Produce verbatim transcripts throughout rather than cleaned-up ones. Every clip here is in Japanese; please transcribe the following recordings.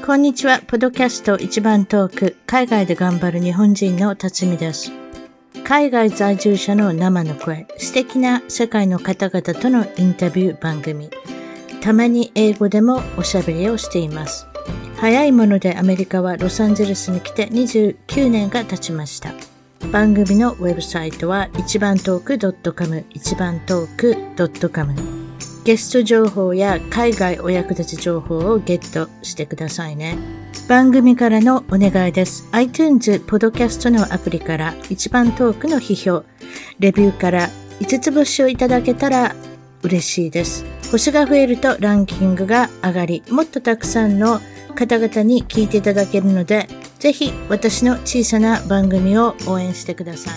こんにちは。ポッドキャスト一番トーク、海外で頑張る日本人の辰巳です。海外在住者の生の声、素敵な世界の方々とのインタビュー番組。たまに英語でもおしゃべりをしています。早いものでアメリカはロサンゼルスに来てにじゅうきゅうねんが経ちました。番組のウェブサイトは一番トーク .com、一番トーク .com。ゲスト情報や海外お役立ち情報をゲットしてくださいね。番組からのお願いです。iTunes ポッドキャストのアプリから一番トークの批評、レビューからいつつ星をいただけたら嬉しいです。星が増えるとランキングが上がり、もっとたくさんの方々に聞いていただけるので、ぜひ私の小さな番組を応援してください。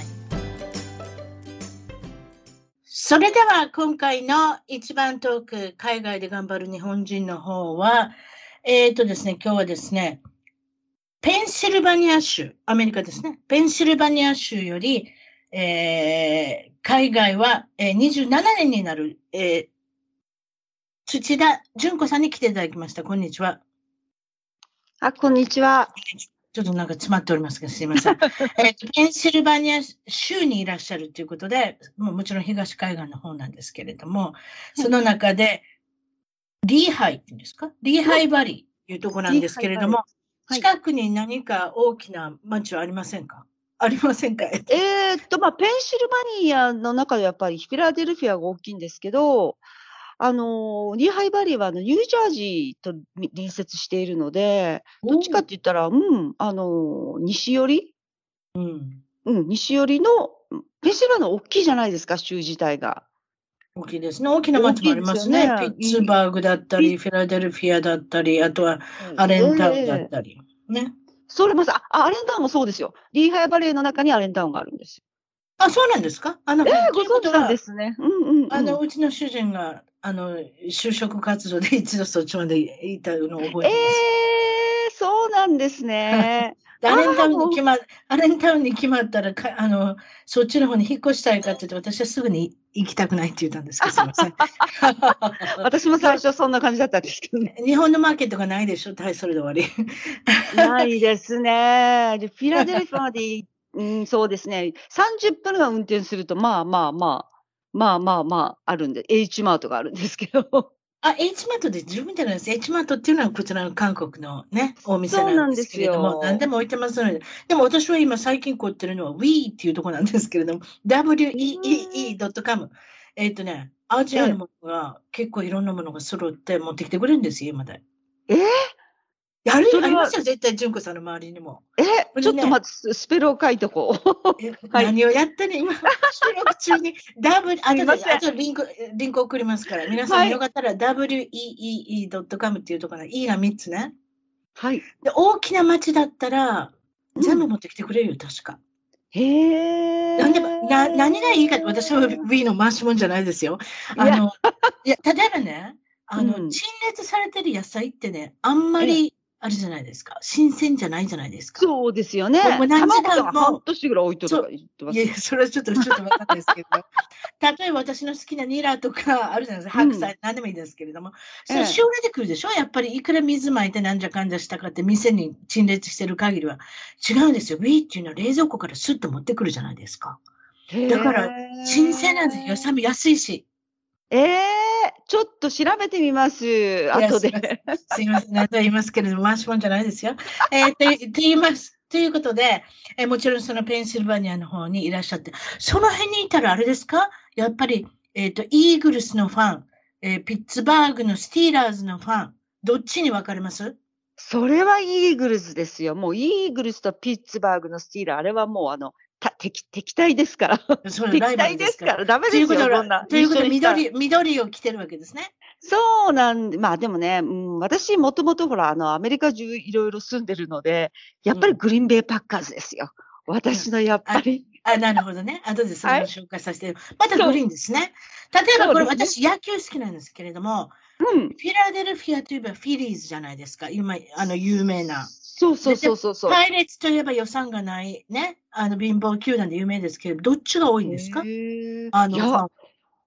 それでは今回の一番トーク、海外で頑張る日本人の方は、えっとですね、今日はですね、ペンシルバニア州、アメリカですね、ペンシルバニア州より、えー、海外は、えー、にじゅうななねんになる、えー、土田純子さんに来ていただきました。こんにちは。 あ、こんにちは。 ちょっとなんか詰まっておりますが、すいません。えっと、ペンシルバニア州にいらっしゃるということで、もうもちろん東海岸の方なんですけれども、その中で、リーハイっていうんですか、リーハイバリーというところなんですけれども、はい、近くに何か大きな町はありませんか？ありませんか？ えー、っと、まあ、ペンシルバニアの中でやっぱりフィラデルフィアが大きいんですけど、あの、リーハイバリーはあのニュージャージーと隣接しているので、どっちかって言ったら、うん、あの、西寄り、うん、うん、西寄りの、ペンシルバニア大きいじゃないですか、州自体が。 大きいですね。大きな町もありますね。ピッツバーグだったり、フィラデルフィアだったり、あとはアレンタウンだったり。えー、ね。 それもさ、あ、アレンタウンもそうですよ。リーハイバレーの中にアレンタウンがあるんですよ。 あ、そうなんですか？あの、 ええー、ご存知なんですね。うんうんうん。 あの、うちの主人が、あの、就職活動で一度そっちまで行ったのを覚えてます。 ええー、そうなんですね。 アレンタウンに決ま、アレンタウンに決まったらか、あの、そっちの方に引っ越したいかって言って、私はすぐに行きたくないって言ったんですけど、すみません。 私も最初そんな感じだったんですけどね。 日本のマーケットがないでしょ、はい、それで終わり。 ないですね。で、フィラデルフィアまで、うん、そうですね。さんじゅっぷんが運転すると、まあまあまあ、まあまあまあ、あるんで、H マートがあるんですけど。 あ、H マートで十分じゃないですか。H マートっていうのはこちらの韓国のね、お店なんですけれども、何でも置いてますので。でも私は今最近こう言ってるのは We っていうところなんですけれども、ダブリューイーイーイードットコム。えっとね、アジアのものが結構いろんなものが揃って持ってきてくれるんですよ、今で。 えーやるありますよ、絶対、純子さんの周りにも。 え、ね、ちょっと待って、スペルを書いとこう。 えはい、何をやってね、今、収録中に、ダブリュー、あとで、あとリンク、リンク送りますから、皆さんもよかったら、ダブリューイーイーイードットコム っていうところの E がみっつね。 はい。 で、大きな町だったら、全部持ってきてくれるよ、確か。 へえ。 なんでも、な、何がいいかって、私は Wii の回しもんじゃないですよ。あの、いや、例えばね、あの、陳列されてる野菜ってね、あんまり、あれじゃないですか。新鮮じゃないじゃないですか。 そうですよね。もう何時間も。半年ぐらい置いとるとか言ってます。 いや、それはちょっと、ちょっとわかんないですけど。例えば私の好きなニラとかあるじゃないですか。白菜、うん、何でもいいですけれども。それ、仕入れてくるでしょ、やっぱりいくら水まいてなんじゃかんじゃしたかって店に陳列してる限りは違うんですよ。ウィーっていうのは冷蔵庫からスッと持ってくるじゃないですか。だから、新鮮なんですよ。安いし。 ええー、ちょっと調べてみます。後で。 すいません。何度言いますけれども、回しもんじゃないですよ。えー、って言います。ということで、えー、もちろんそのペンシルバニアの方にいらっしゃって、その辺にいたらあれですか？やっぱり、えっと、イーグルスのファン、えー、ピッツバーグのスティーラーズのファン、どっちに分かれます？ それはイーグルスですよ。もうイーグルスとピッツバーグのスティーラー、あれはもうあの、た敵敵対ですから。敵対ですから。ダメですよ。 ということは、ということで緑、緑を着てるわけですね。 そうなんで、まあでもね、うん、私もともとほら、あの、アメリカ中いろいろ住んでるので、やっぱりグリーンベイパッカーズですよ。うん、私のやっぱり。 あ、あなるほどね。後でそれを紹介させて、はい、またグリーンですね。例えばこれ、ね、私野球好きなんですけれども、うん、フィラデルフィアといえばフィリーズじゃないですか。今、あの、有名な。 そうそうそうそうそう。 パイレーツといえば予算がないね。あの、貧乏球団で有名ですけど、どっちが多いんですか？あの、 いや、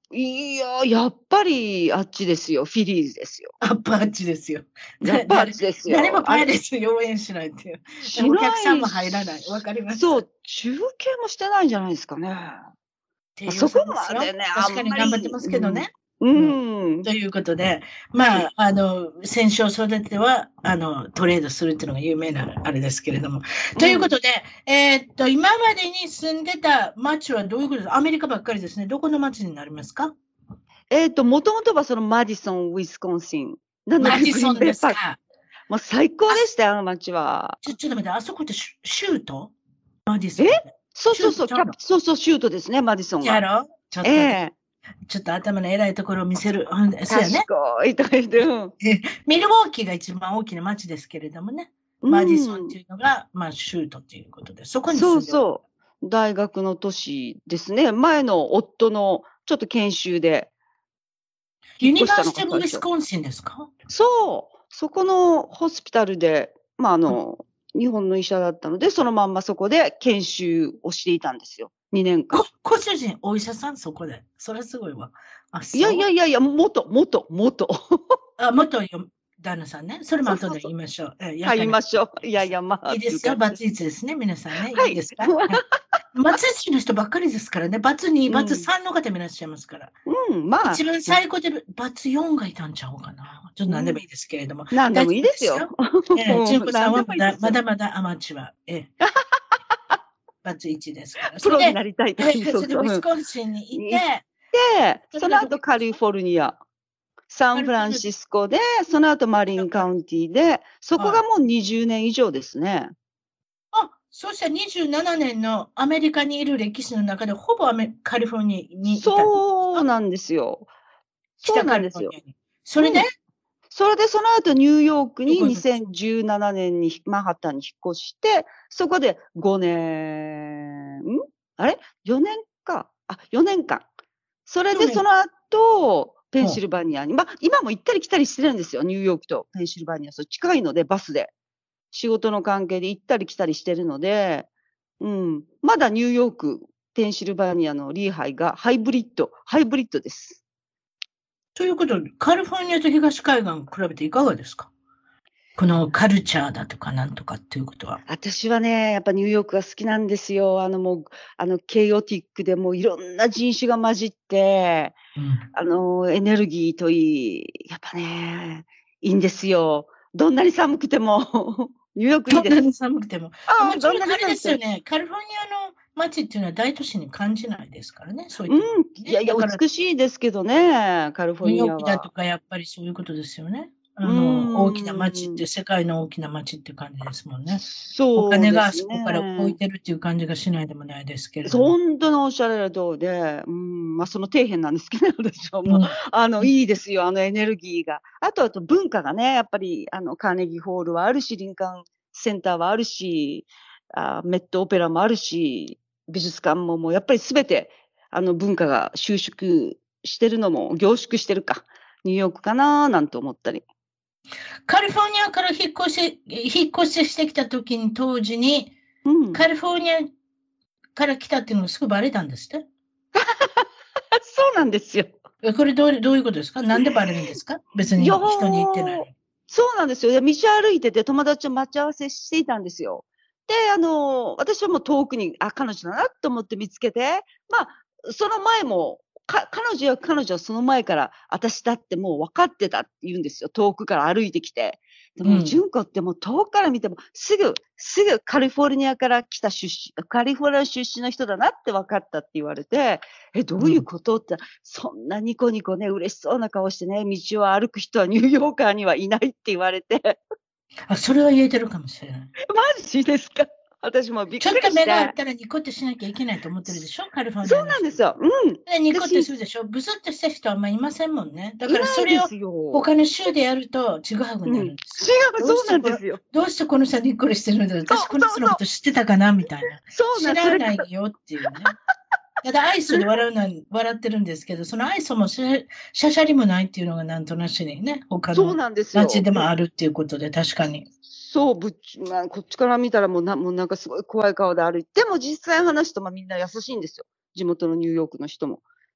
いや、やっぱりあっちですよ。フィリーズですよ。 やっぱあっちですよ。 やっぱあっちですよ。 誰もパイレーツ応援しないっていう。 しないお客さんも入らない。わかります。 そう、中継もしてないんじゃないですかね。 低そこ予算ですよまでね、あ確かにんまり。 頑張ってますけどね。 うん。うんということで、まあ、あの、選手を育てては、あの、トレードするっていうのが有名なあれですけれども。ということで、えーっと、今までに住んでた町はどういうことですか？アメリカばっかりですね。どこの町になりますか？ えっと、もともとはそのマディソン、ウィスコンシン。なので、 マディソングリーンベイパーク。 ですか。 もう最高でしたよ、あの町は。 ちょ、ちょっと待って、あそこってシュシュートマディソンえって。 そうそうそう、 シュートちゃうのキャプそうそう、シュートですね、マディソンが。 やろちょっとえね、 えちょっと頭の偉いところを見せる。うんそうやね。 賢いとか言って、うん。 えミルウォーキーが一番大きな町ですけれどもね。マディソンっていうのが、まあ、シュートっていうことで、そこにそう住んでる。 そう。大学の都市ですね。前の夫のちょっと研修でユニ引っ越したのバーシティブ・ウィが最初。 スコンシンですか？ そう。そこのホスピタルで、まあ、あの、日本の医者だったので、そのまんまそこで研修をしていたんですよ。にねんかん。 ごご主人、お医者さん、そこで。それはすごいわ。あ、そう。 いやいやいやいや、元、元、元。 あ、元よ旦那さんね。それも後でそうそうそう言いましょう。えやはい、 かな言いましょう。いやいや、まあ、 いいですよ。 っていう感バツイチですね。皆さんね。 はいいいですか？はいバツイチの人ばっかりですからね。バツに、 うんバツさんの方もいらっしゃいますから。 うん、まあ、 一番最高でバツよんがいたんちゃうかな。ちょっと何でもいいですけれども。 何でもいいですよ。 ええ、純子さんはまだ何でもいいですよまだまだアマチュア。ええ。バツいちですから。 プロにそれなりたいとで、えきに、 えそうそう。 それでウィスコンシンにいて、 で、 そその後カリフォルニア、サンフランシスコで、その後マリンカウンティで、そこがもうにじゅうねん以上ですね。 あ、そうしたらにじゅうななねんのアメリカにいる歴史の中で、ほぼアメカリフォルニアにいたんですか？ そうなんですよ。そう北カなんですよ。 リフォルニアに。それで、 うんそれでその後ニューヨークにどこですにせんじゅうななねんにマンハッタンに引っ越して、そこでごねん、んあれ ?よ 年か。あ、よねんかん。それよねんでその後、ペンシルバニアに、まあ今も行ったり来たりしてるんですよ。ニューヨークとペンシルバニア。そう近いので、バスで。仕事の関係で行ったり来たりしてるので、うん。まだニューヨーク、ペンシルバニアのリーハイがハイブリッド、ハイブリッドです。 ということで、カリフォルニアと東海岸比べていかがですか？このカルチャーだとかなんとかっていうことは。 私はね、やっぱニューヨークが好きなんですよ。あのもう、あの、ケイオティックでもういろんな人種が混じって、 うんあの、エネルギーといい、やっぱね、いいんですよ。どんなに寒くても、ニューヨークいいです。 どんなに寒くても。 ああ、 もちろんあれどんなに寒くても。 ですよね。カリフォルニアの街っていうのは大都市に感じないですからね。そういうんった、ね。 いやいや、 だから美しいですけどね、カリフォルニアニューヨークだとは。 かやっぱりそういうことですよね。あうの、大きな街っーん。 て、世界の大きな街って感じですもんね。おそう金があですそこから動いね。 てるっていう感じがしないでもないですけれども。 本当におっしゃられる通りで、うん、ま、その底辺なんですけどね、私はうんもう、あの、いいですよ、あのエネルギーが。あとあと文化がね、やっぱりあの、カーネギーホールはあるし、リンカーンセンターはあるし、あ、メットオペラもあるし、美術館ももうやっぱり全て、あの、文化が収縮してるのも凝縮してるか、ニューヨークかななんて思ったり。 カリフォルニアから引っ越し、引っ越ししてきた時に、当時に、 うん。 カリフォルニアから来たっていうのがすぐバレたんですって？ そうなんですよ。 えこれどうどういうことですか？なんでバレるんですか？別にいや人に言ってないのに。 そうなんですよ。で、道歩いてて友達と待ち合わせしていたんですよ。で、あの、私はもう遠くに、あ、彼女だなと思って見つけて、まあ、その前も、か彼女や彼女はその前から、私だってもう分かってたって言うんですよ。遠くから歩いてきて。でも、 うん純子ってもう遠くから見ても、すぐ、すぐカリフォルニアから来た出身、カリフォルニア出身の人だなって分かったって言われて、え、どういうことって、そんなニコニコね、嬉しそうな顔してね、道を歩く人はニューヨーカーにはいないって言われて、 あ、それは言えてるかもしれない。 マジですか？私もびっちょっくりして。 と目があったらニコってしなきゃいけないと思ってるでしょ？カリフォルニそうアの人。 なんですよ。うん。 で、ニコって私するでしょ？ブスッとした人はあんまいませんもんね。だいからそれをないですよ。 他の州でやるとちぐはぐうん。違う、 になるんですよ。どうそうしてこのなんですよ。 どうしてこの人はにっこりしてるんだろう。 そう私この人のそうそう。 こと知ってたかなみたいな。 そうなん、そ知られからないよっていうね。ただ愛想で笑うのは笑ってるんですけど、その愛想もしゃしゃしゃりもないっていうのがなんとなしにね、他そうのなんですよ。 街でもであるっていうことで確かに。 そう、ぶっちまあ、こっちから見たらもうなもうなんかすごい怖い顔で歩いてでも実際話すと、ま、みんな優しいんですよ。地元のニューヨークの人も。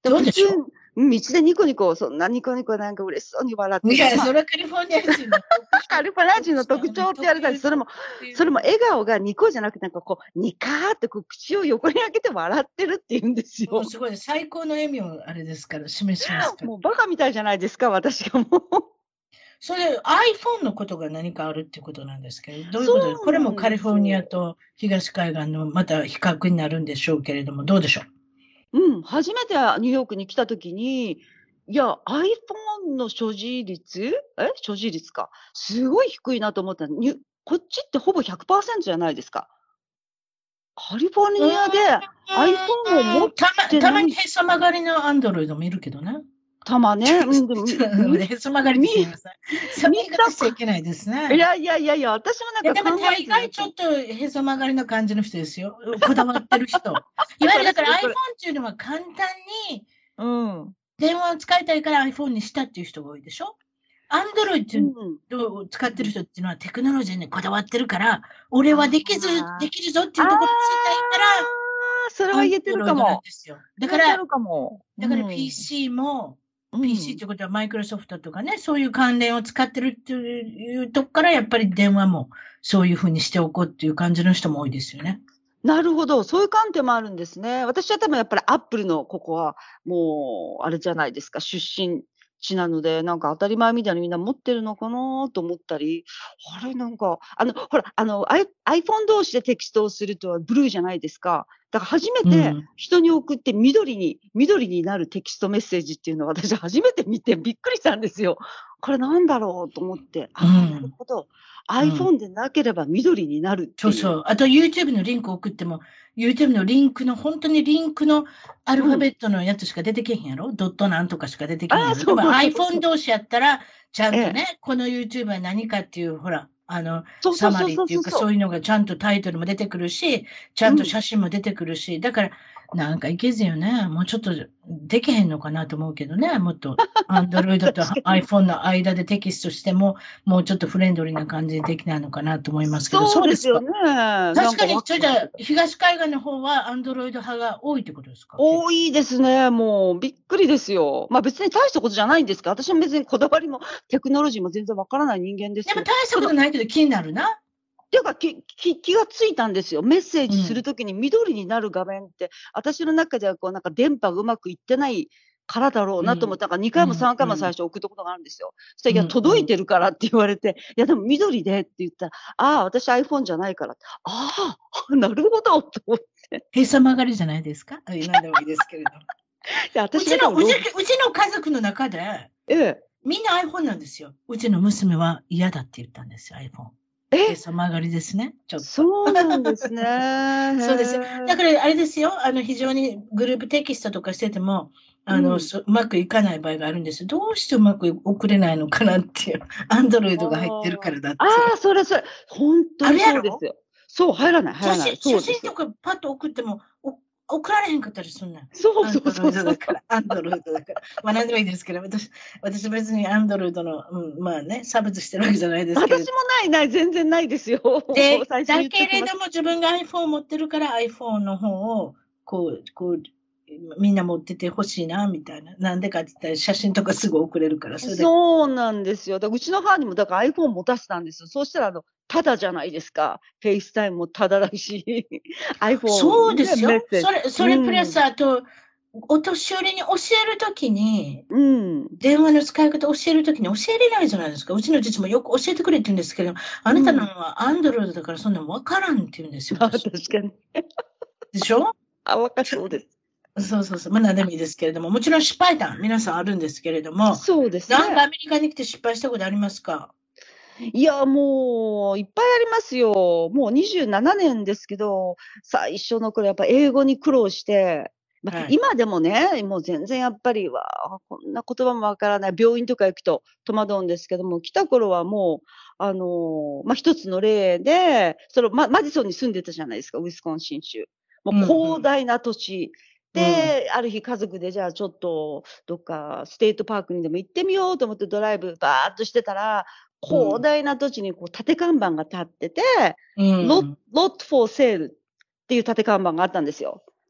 でそうでしょ。 普通、うん道でニコニコ、そんなニコニコなんか嬉しそうに笑ってる。 いや、 まあ、 それはカリフォルニア人の特徴。 カリフォルニア人の特徴って言われたり、それも、それも笑顔がニコじゃなくて、なんかこう、ニカーってこう口を横に開けて笑ってるって言うんですよ。 もうすごい、最高の笑みをあれですから、示しますから。 もうバカみたいじゃないですか、私がもう。 それ、iPhone のことが何かあるっていうことなんですけど、どういうそことで、これうなんですもカリフォルニアよ。 と東海岸のまた比較になるんでしょうけれども、どうでしょう。 うん、初めてニューヨークに来た時に、いや、iPhone の所持率え所持率か。すごい低いなと思ったの。にこっちってほぼひゃくパーセントじゃないですか。カリフォルニアで iPhone を持ったま、 てないたまにへそ曲がりのアンドロイドもいるけどね。 たまね。うん、でも、み、 へそ曲がりって言いみ、 なさい。そんな言い見た方しちゃいけないですいね。 やいやいやいや、私もなんいや、 かでも考え大概ちょてなくて。 っとへそ曲がりの感じの人ですよ。こだわってる人。いわゆるだからそれ iPhone それっていうのは簡単にうん。 電話を使いたいから iPhone にしたっていう人が多いでしょ。 う Android ん。 を使ってる人っていうのはテクノロジーにこだわってるから、俺はできず、であきるぞってあ。あいうところを見せたいから、 あ、それは言えてるか Android なんも。 ですよ。だから、 言えてるかも。 だからうん。 ピーシー も、 うピーシー っん。 てことはマイクロソフトとかね、そういう関連を使ってるっていうとこから、やっぱり電話もそういうふうにしておこうっていう感じの人も多いですよね。 なるほど、そういう観点もあるんですね。私は多分やっぱりアップルのここは、もうあれじゃないですか、出身地なので、なんか当たり前みたいにみんな持ってるのかなと思ったり、あれなんか、あの、ほら、あの、アイ iPhone 同士でテキストをするとブルーじゃないですか。だから初めうてん。 人に送って緑に緑になるテキストメッセージっていうのを私初めて見てびっくりしたんですよ。これなんだろうと思って、 うああ、なるん。 ほど。 うん。 iPhone でなければ緑になるっていう。 そうそう。あと YouTube のリンクを送っても、YouTube のリンクの、本当にリンクのアルフうん。 ァベットのやつしか出てけへんやろ。ドットなんとかしか出てああ、 けへんやろ。でもそうそうそうそ iPhone う。 同士やったら、ちゃええ。 んとね、この YouTube は何かっていう、ほら、あの、サそうそうそうマリーっていうか、 そうそうそう。 そういうのがちゃんとタイトルも出てくるし、ちゃんとうん。 写真も出てくるし、だから、なんかいけずよね。もうちょっとできへんのかなと思うけどね。もっと Android と確かに。 iPhone の間でテキストしても、もうちょっとフレンドリーな感じでできないのかなと思いますけど、そうですか。 そうですよね。なんか確かに、 わわそれじゃあ、東海岸の方はアンドロイド派が多いってことですか？結構。 多いですね。もうびっくりですよ。ま、別に大したことじゃないんですが、私は別にこだわりもテクノロジーも全然わからない人間ですけど、 でも大したけど、 ことないけど気になるな。 ていうか、きき気がついたんですよ。メッセージするうん。 時に緑になる画面って、私の中ではこうなんか電波がうまくいってないからだろううん。 なと思ったから、にかいもうん。 さんかいも最うん。 初送ったことがあるんですよ。そしたら、いや、 うん。うん。 届いてるからって言われて、いやでも緑でって言ったら、ああ、私 iPhone じゃないから。ああ、なるほどと思って。 へそ曲がりじゃないですか？あ、なんでもいいですけれど。 で、 うちの、 私が多分、 うち、 ろうちの家族の中で、 ええ。 みんな iPhone なんですよ。うちの娘は嫌だって言ったんですよ、iPhone。へえ、 そ曲がりですね、ちょっと。 そうなんですね。へそうです。だかえ。 らあれですよ、あの、非常にグループテキストとかしてても、あの、 うん。 そうまくいかない場合があるんですよ。どうしてうまく送れないのかなっていう。アンドロイドが入ってるかあらだっあ。あていう。 あ、それそれ。ほんとあにるやろ？ そうですよ。そう、入らない入写真、 らない。 写そうです。 真とかパッと送っても、お送られへんかったりすんねん。 そうそうアンドロイそうそうそう。 ドだから、アンドロイドだから。まあ何でもいいですけど、私、私別にアンドロイドの、うん、まあね、差別してるわけじゃないですけれど。 私もないない、全然ないですよ。 で、 最初にだ言っときます。 けれども自分が iPhone を持ってるから iPhone の方を、こう、こう、みんな持っててほしいな、みたいな。なんでかって言ったら写真とかすぐ送れるから、それで。 そうなんですよ。だうちの母にもだから iPhone 持たせたんですよ。そうしたらあの、タダじゃないですか。フェイスタイムもタダだし、 そう iPhone ね、 ですよ。 メッセージ。 それ、それプラうん。 スあと、お年寄りに教えるときに、 うん。 電話の使い方教えるときに教えれないじゃないですか。うちの父もよく教えてくれって言うんですけど、あなたのうん。 はアンドロイドだからそんなのわからんって言うんですよ、 あ、確私。 かに。 でしょ？ あ、わかそうです。 そうそうそう。まあ何でもいいですけれども、もちろん失敗談、皆さんあるんですけれども、 そうですね。 なんかアメリカに来て失敗したことありますか？ いや、もういっぱいありますよ。もうにじゅうななねんですけど、最初の頃やっぱ英語に苦労して、ま、 はい。 今でもね、もう全然やっぱり、わあ、こんな言葉もわからない、病院とか行くと戸惑うんですけども、来た頃はもう、あの、ま、一つの例で、その、ママディソンに住んでたじゃないですか、ウィスコンシン州。もううん広大な土地。 うん。うん。 で、ある日家族でじゃあちょっとどっかステートパークにでも行ってみようと思ってドライブバーっとしてたら、広うん。 大な土地にこう立て看板が立ってて、 うロん。 ロットフォーセールっていう立て看板があったんですよ。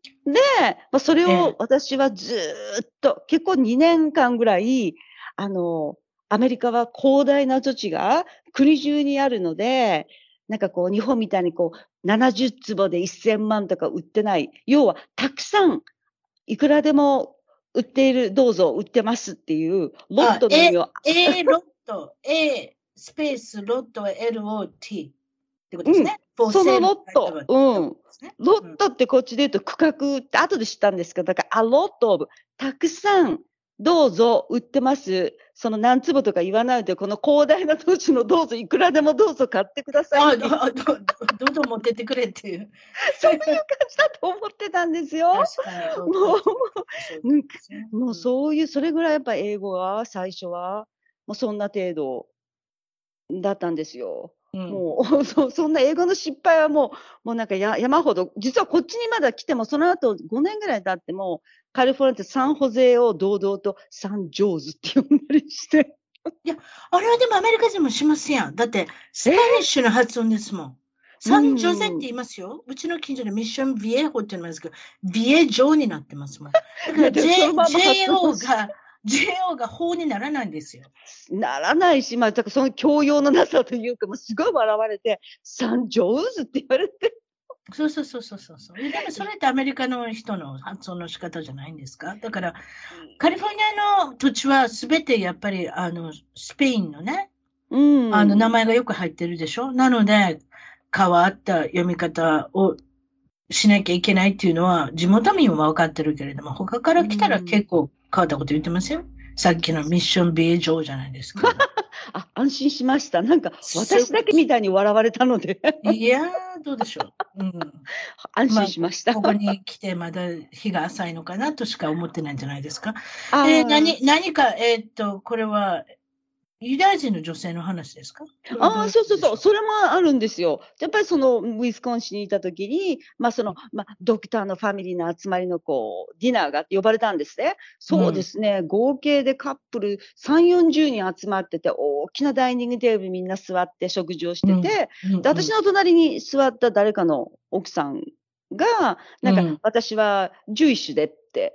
で、まあ、それええ。 を私はずーっと、結構にねんかんぐらい、あの、アメリカは広大な土地が国中にあるので、なんかこう日本みたいにこうななじゅう坪でせんまんとか売ってない、要はたくさんいくらでも売っている、どうぞ売ってますっていうロッあ、 トの意味 A、 を、 A ロット、A スペースロットは エルオーティー ってことですうん、 ね。for その sale ロッって書いてあト、 るうってこん。 とですね。 ロうん。 ットってこっちで言うと区画って後で知ったんですけど、だから、a lot of、たくさん、どうぞ売ってます。その何坪とか言わないで、この広大な土地のどうぞ、いくらでもどうぞ買ってくださいっあ、 ていう、 ど、ど、ど、どんどん持ってってくれっていう。 そういう感じだと思ってたんですよ。 確かに、ロットもって言われてそうう、なんか、 ですね。 もううん。 そういう、それぐらいやっぱ英語は、最初は、もうそんな程度だったんですよ。 うん。 もう、そそんな英語の失敗はもう、もうなんかや山ほど、実はこっちにまだ来ても、その後ごねんぐらい経っても、カリフォルニアってサンホゼを堂々とサンジョーズって呼んだりして。 いや、あれはでもアメリカ人もしますやん。だって、スえパニッシュの発音ですもん。 うサンジョゼってん。 言いますよ。うちの近所でミッションビエホっていうのもあるんですけど、ビエジョになってますもん。だからいや、でもそ J、 のまま発音ジェイオーしが、ジェイオー が法にならないんですよ。 ならないし、まあ、だからその教養のなさというか、もうすごい笑われて、サンジョーズって言われて。 そうそうそうそうそうそう。でもそれってアメリカの人の発音の仕方じゃないんですか。だからカリフォルニアの土地はすべてやっぱりあのスペインのね、 うあの名ん。 前がよく入ってるでしょ。なので変わった読み方をしなきゃいけないっていうのは地元民は分かってるけれども、他かうら来たらん。 結構変わったこと言ってますよ。さっきのミッションビエ上じゃないですけれども。 あ、安心しました。なんかそういう私だけみことです。 たいに笑われたので、 いやー、どうでしょう。うん。 安まあ、 心しました。 ここに来てまだ日が浅いのかなとしか思ってないんじゃないですか。えー、 あ何、何か、えーっと、これはユダヤ人の女性の話ですか。こあ、ああ、 れはどういうそうそうそう、 ことでしょそれもあるんですよ。やっぱりそのウィスコンシンにいた時に、ま、その、ま、ドクターのファミリーの集まりのこう、ディナーがあって呼ばれたんですね。 う。うそうでん。 すね、合計でカップルさん、よんじゅうにん集まってて、大きなダイニングテーブルみんな座って食事をしうん。 てて、 うん。 で、私の隣に座った誰かの奥さんが、なんかうん。 私はジュイッシュでって、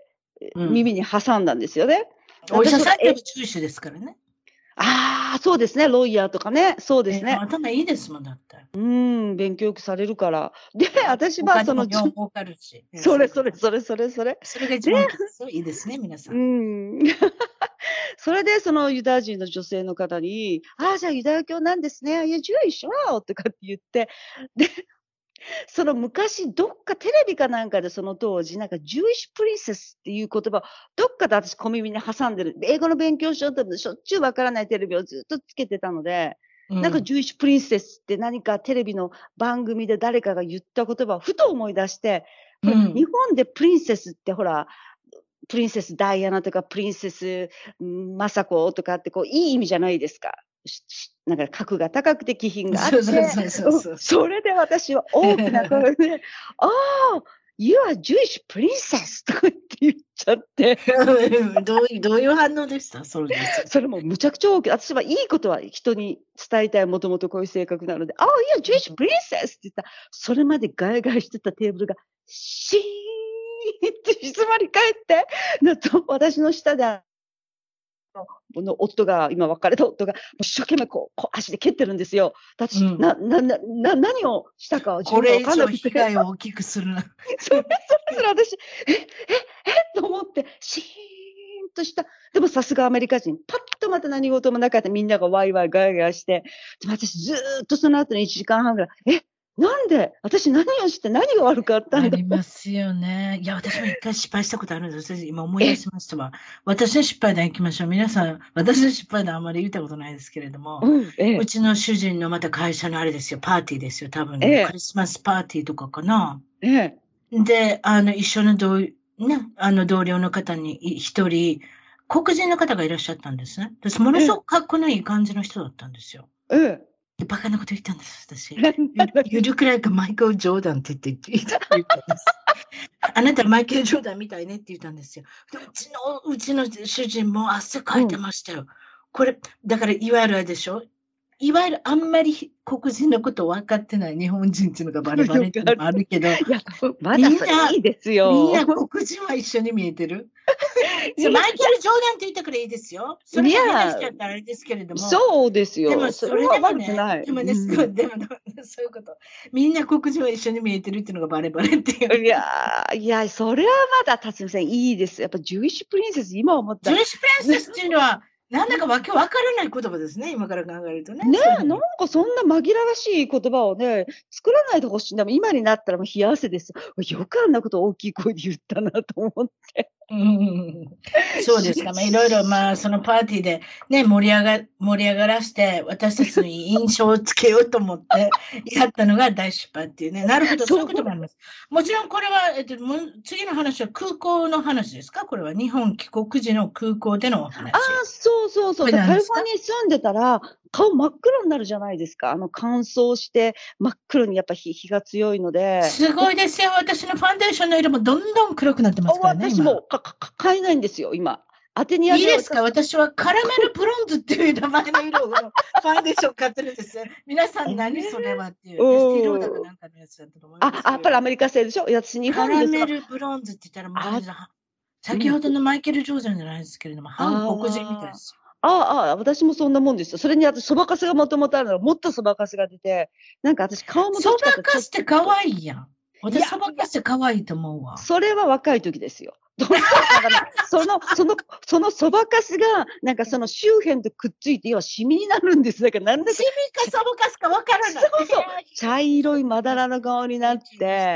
え、 うん。 耳に挟んだんですよね。 お医者私それ、えさんってやっぱ注意ですからね。 ああ、そうですね、ロイヤーとかね、そうでえー、 すね。 頭いいですもんだって。 うーん、勉強よくされるから。で、 お、 私お金もはその、じゅよう儲かるし。えー、 それそういうこと。 それそれそれそれ。 それが一で、 番大きいですよ。いいですね、皆さうん。 ーん。それでそのユダヤ人の女性の方に、「ああ、じゃあユダヤ教なんですね。いや、ジュエイッシュワオ」とかって言って、で、その昔どっかテレビかなんかでその当時、なんかジュイッシュプリンセスっていう言葉をどっかで私小耳に挟んでる。英語の勉強しようと思ってしょっちゅうわからないテレビをずっとつけてたので、なんかうん。 ジュイッシュプリンセスって何かテレビの番組で誰かが言った言葉をふと思い出して、ほら、日うん。 本でプリンセスってほら、プリンセスダイアナとかプリンセス、うん、雅子とかってこういい意味じゃないですか。ししなんか格が高くて気品があっそうそうて、 そうそううん、 そうそう。 それで私は大きな声で、「ああ、You are Jewish princess」とか言って言っちゃって。 どういう、どういう反応でしたそれです。 それもむちゃくちゃ大きい。私はいいことは人に伝えたい、もともとこういう性格なので、「Oh, you're Jewish princess」って言ったら、それまでガヤガヤしてたテーブルがシーンって静まり返って、なと私の下でのの夫が、今別れた夫が、一生懸命こう、こう足で蹴ってるんですよ。私、 うん。 なななな何をしたか自こ分がれ以上被分かんなくて。 害を大きくするな。 それそれそれ私、え、え、えと思って、シーンとした。でもさすがアメリカ人、パッとまた何事もなかったみんながワイワイガヤガヤして、でも私ずーっとその後にいちじかんはんぐらい、え、なんで私何をして何が悪かったんだ。 ありますよね。いや、私も一回失敗したことあるんです。私今思い出え、 しましたわ。私の失敗談行きましょう。皆さん、私の失敗談あまり言ったことないですけれども、 うん、ええ、 うちの主人のまた会社のあれですよ、パーティーですよ。多分ね、クええ、 リスマスパーティーとかかな。 ええ、 で、あの、一緒の同、ね、あの同僚の方にい一人、黒人の方がいらっしゃったんですね。私、ものええ、 すごくかっこのいい感じの人だったんですよ。 ええ。 で、バカなこと言ったんです、私。 なゆなゆるくらいかマイケル・ジョーダンって言って言った言ったんです。あなたマイケル・ジョーダンみたいねって言ったんですよ。で、うちの、うちの主人も汗かいてうん、 ましたよ。これ、だからいわゆるあれでしょいわゆるあんまり黒人のこと分かってない日本人っていうのがバレバレっていうのもあるけど、 いや、まだそれいいですよ。 みんな黒人は一緒に見えてる。そうマイケル・ジョーダンって言ったからいいですよ。それが変しちゃったらあれですけれども。 そうですよ。 でもそれでもね、 でもね、すごい、でもそういうこと。みんな黒人は一緒に見えてるっていうのがバレバレっていう。 いやいや、それはまだ辰巳さんいいです。やっぱジュイッシュプリンセス、今思ったジュイッシュプリンセスっていうのは、なんだかわけわからない言葉ですね、今から考えるとね。 ねえ、なんかそんな紛らわしい言葉をね、作らないでほしいんだもん。今になったらもう冷や汗です。よくあんなこと大きい声で言ったなと思って。 うん、そうですか。まあ、いろいろ、まあ、そのパーティーでね、盛り上が、盛り上がらして、私たちに印象をつけようと思って、やったのが大失敗っていうね。なるほど、そういうこともあります。もちろん、これは、えっと、次の話は空港の話ですか？これは日本帰国時の空港でのお話。 ああ、そうそうそう。カリフォルニアに住んでたら、顔真っ黒になるじゃないですか。あの、乾燥して真っ黒にやっぱ日日が強いので。 すごいですよ。私のファンデーションの色もどんどん黒くなってますからね。 私もかか買えないんですよ、今。当てにいいですか？私はカラメルブロンズっていう名前の色をファンデーション買ってるんですよ。皆さん何それはっていう。エスティローダかなんかのやつだったと思います。 あ、やっぱりアメリカ製でしょ？私日本カラメルブロンズって言ったらもう先ほどのマイケル・ジョーダンじゃないですけれども、反黒人みたいですよ。 ああ、ああ、私もそんなもんですよ。それに私、そばかすがもともとあるのら、もっとそばかすが出て、なんか私、顔もそばかすって可愛いやん。私、そばかすって可愛いと思うわ。 それは若い時ですよ。その、その、そのそばかすが、なんかその周辺とくっついて、要はシミになるんです。だからなんだか。 シミかそばかすかわからない。 そうそう。茶色いまだらの顔になって、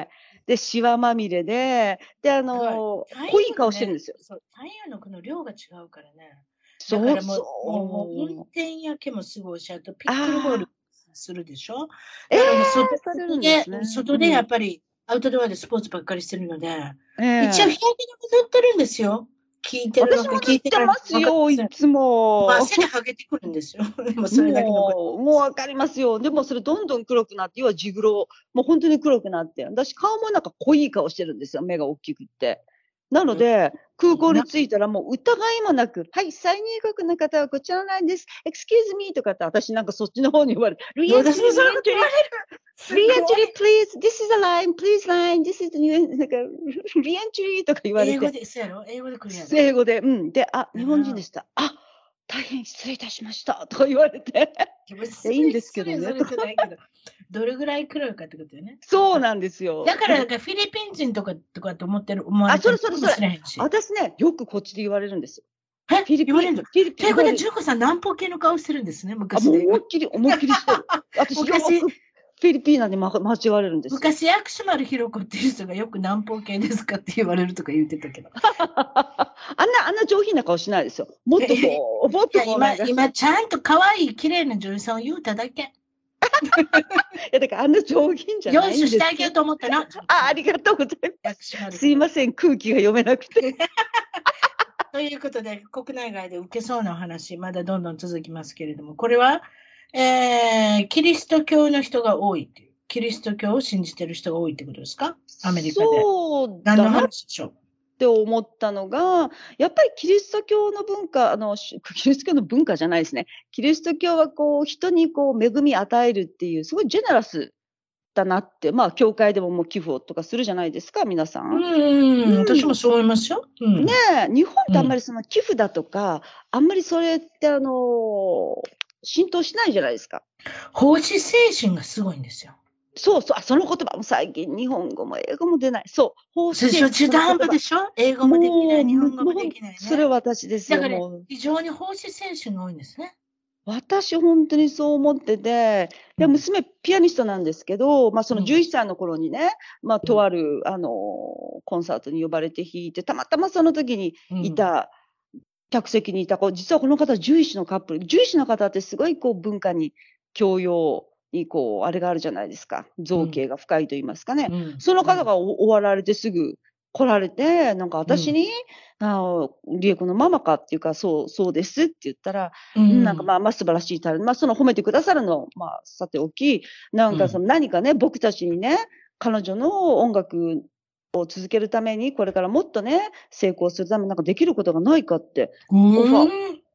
で、シワまみれで、で、あの、濃い顔してるんですよ。 そう、太陽のこの量が違うからね。 だからもう、もう運転焼けもすごいし、あとピックルボールするでしょ。 えなので、外で、外でやっぱりアウトドアでスポーツばっかりしてるので、一応日焼け止め塗ってるんですよ。聞いてるのか聞いてますよ、いつも。 汗で剥げてくるんですよ。でもそれだけのもう、もうわかりますよ。でもそれどんどん黒くなって、要は地黒、もう本当に黒くなって。私顔もなんか濃い顔してるんですよ。目が大きくって。なので、空港に着いたらもう疑いもなく、はい、再入国の方はこちらなんです。excuse me とかって私なんかそっちの方に言われる。 リエントリー、リエントリー、 リエントリー、please, this is a line, please line, this is the new, なんか、リエントリーとか言われて。 英語で、そうやろ？英語で来るやろ？ 英語で、うん。で、あ、日本人でした。あ、大変失礼いたしました。とか言われて。いいんですけどね。 どれぐらい黒いかってことよね。 そうなんですよ。 だから、フィリピン人とかとかと思ってる、思われてるかもしれへんし。私ね、よくこっちで言われるんですよ。 え、フィリピン。言われるの？ フィリピン。 ということで、ジュコさん、南方系の顔してるんですね、昔で。思いっきり、思いっきりしてる。私、昔、フィリピーナで間違われるんですよ。 昔、薬師丸ひろ子っていう人がよく南方系ですかって言われるとか言ってたけど。 あんな、あんな上品な顔しないですよ。もっとこう、もっとこう。 今、今、ちゃんと可愛い、綺麗な女優さんを言うただけ。 いやだからあんな上品じゃないんですよ。 用意してあげようと思ったな。 あ、ありがとうございます。すいません、空気が読めなくて。 ということで、国内外で受けそうなお話、まだどんどん続きますけれども、これは、えー、キリスト教の人が多いっていう、キリスト教を信じてる人が多いってことですか？アメリカで。 そうだな。何の話でしょう？ って思ったのが、やっぱりキリスト教の文化、あの、キリスト教の文化じゃないですね。キリスト教はこう、人にこう、恵み与えるっていう、すごいジェネラスだなって、まあ、教会でももう寄付をとかするじゃないですか、皆さん。 うん、うん、私もそう思いますよ。うん、 ねえ、日本ってあんまりその寄付だとか、うん、あんまりそれってあの、浸透しないじゃないですか。 奉仕精神がすごいんですよ。 そうそう、その言葉も最近日本語も英語も出ない。そう、 奉仕精神。中途半端でしょ？英語もできない、日本語もできないね。 それは私ですよ。 だから非常に奉仕精神が多いんですね。 私本当にそう思ってて、で娘ピアニストなんですけど、まあそのじゅういっさいの頃にね、まあとあるあのコンサートに呼ばれて弾いて、たまたまその時にいた、客席にいた子、実はこの方獣医師のカップル、獣医師の方ってすごいこう文化に教養にこうあれがあるじゃないですか、造形が深いと言いますかね、うん、その方が終わられてすぐ来られて、なんか私に、うん、あリエ子のママかっていうか、そう、そうですって言ったら、うん、なんかまあまあ素晴らしいタレント、まあその褒めてくださるの、まあさておき、なんかその何かね、うん、僕たちにね、彼女の音楽を続けるために、これからもっとね、成功するためになんかできることがないかって、オファー、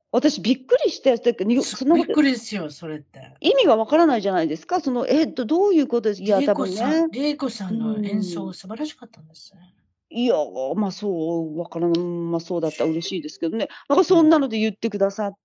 私びっくりして、だってにそんなことびっくりですよ、それって。 意味がわからないじゃないですか。その、えっと、どういうことです？いや、 玲多分子さん、 ね。 玲子さうんの演ん。 奏素晴らしかったんですね。 いや、ま、そう、わからない、ま、そうだったら嬉しいですけどね。なんかうん。 そんなので言ってくださって、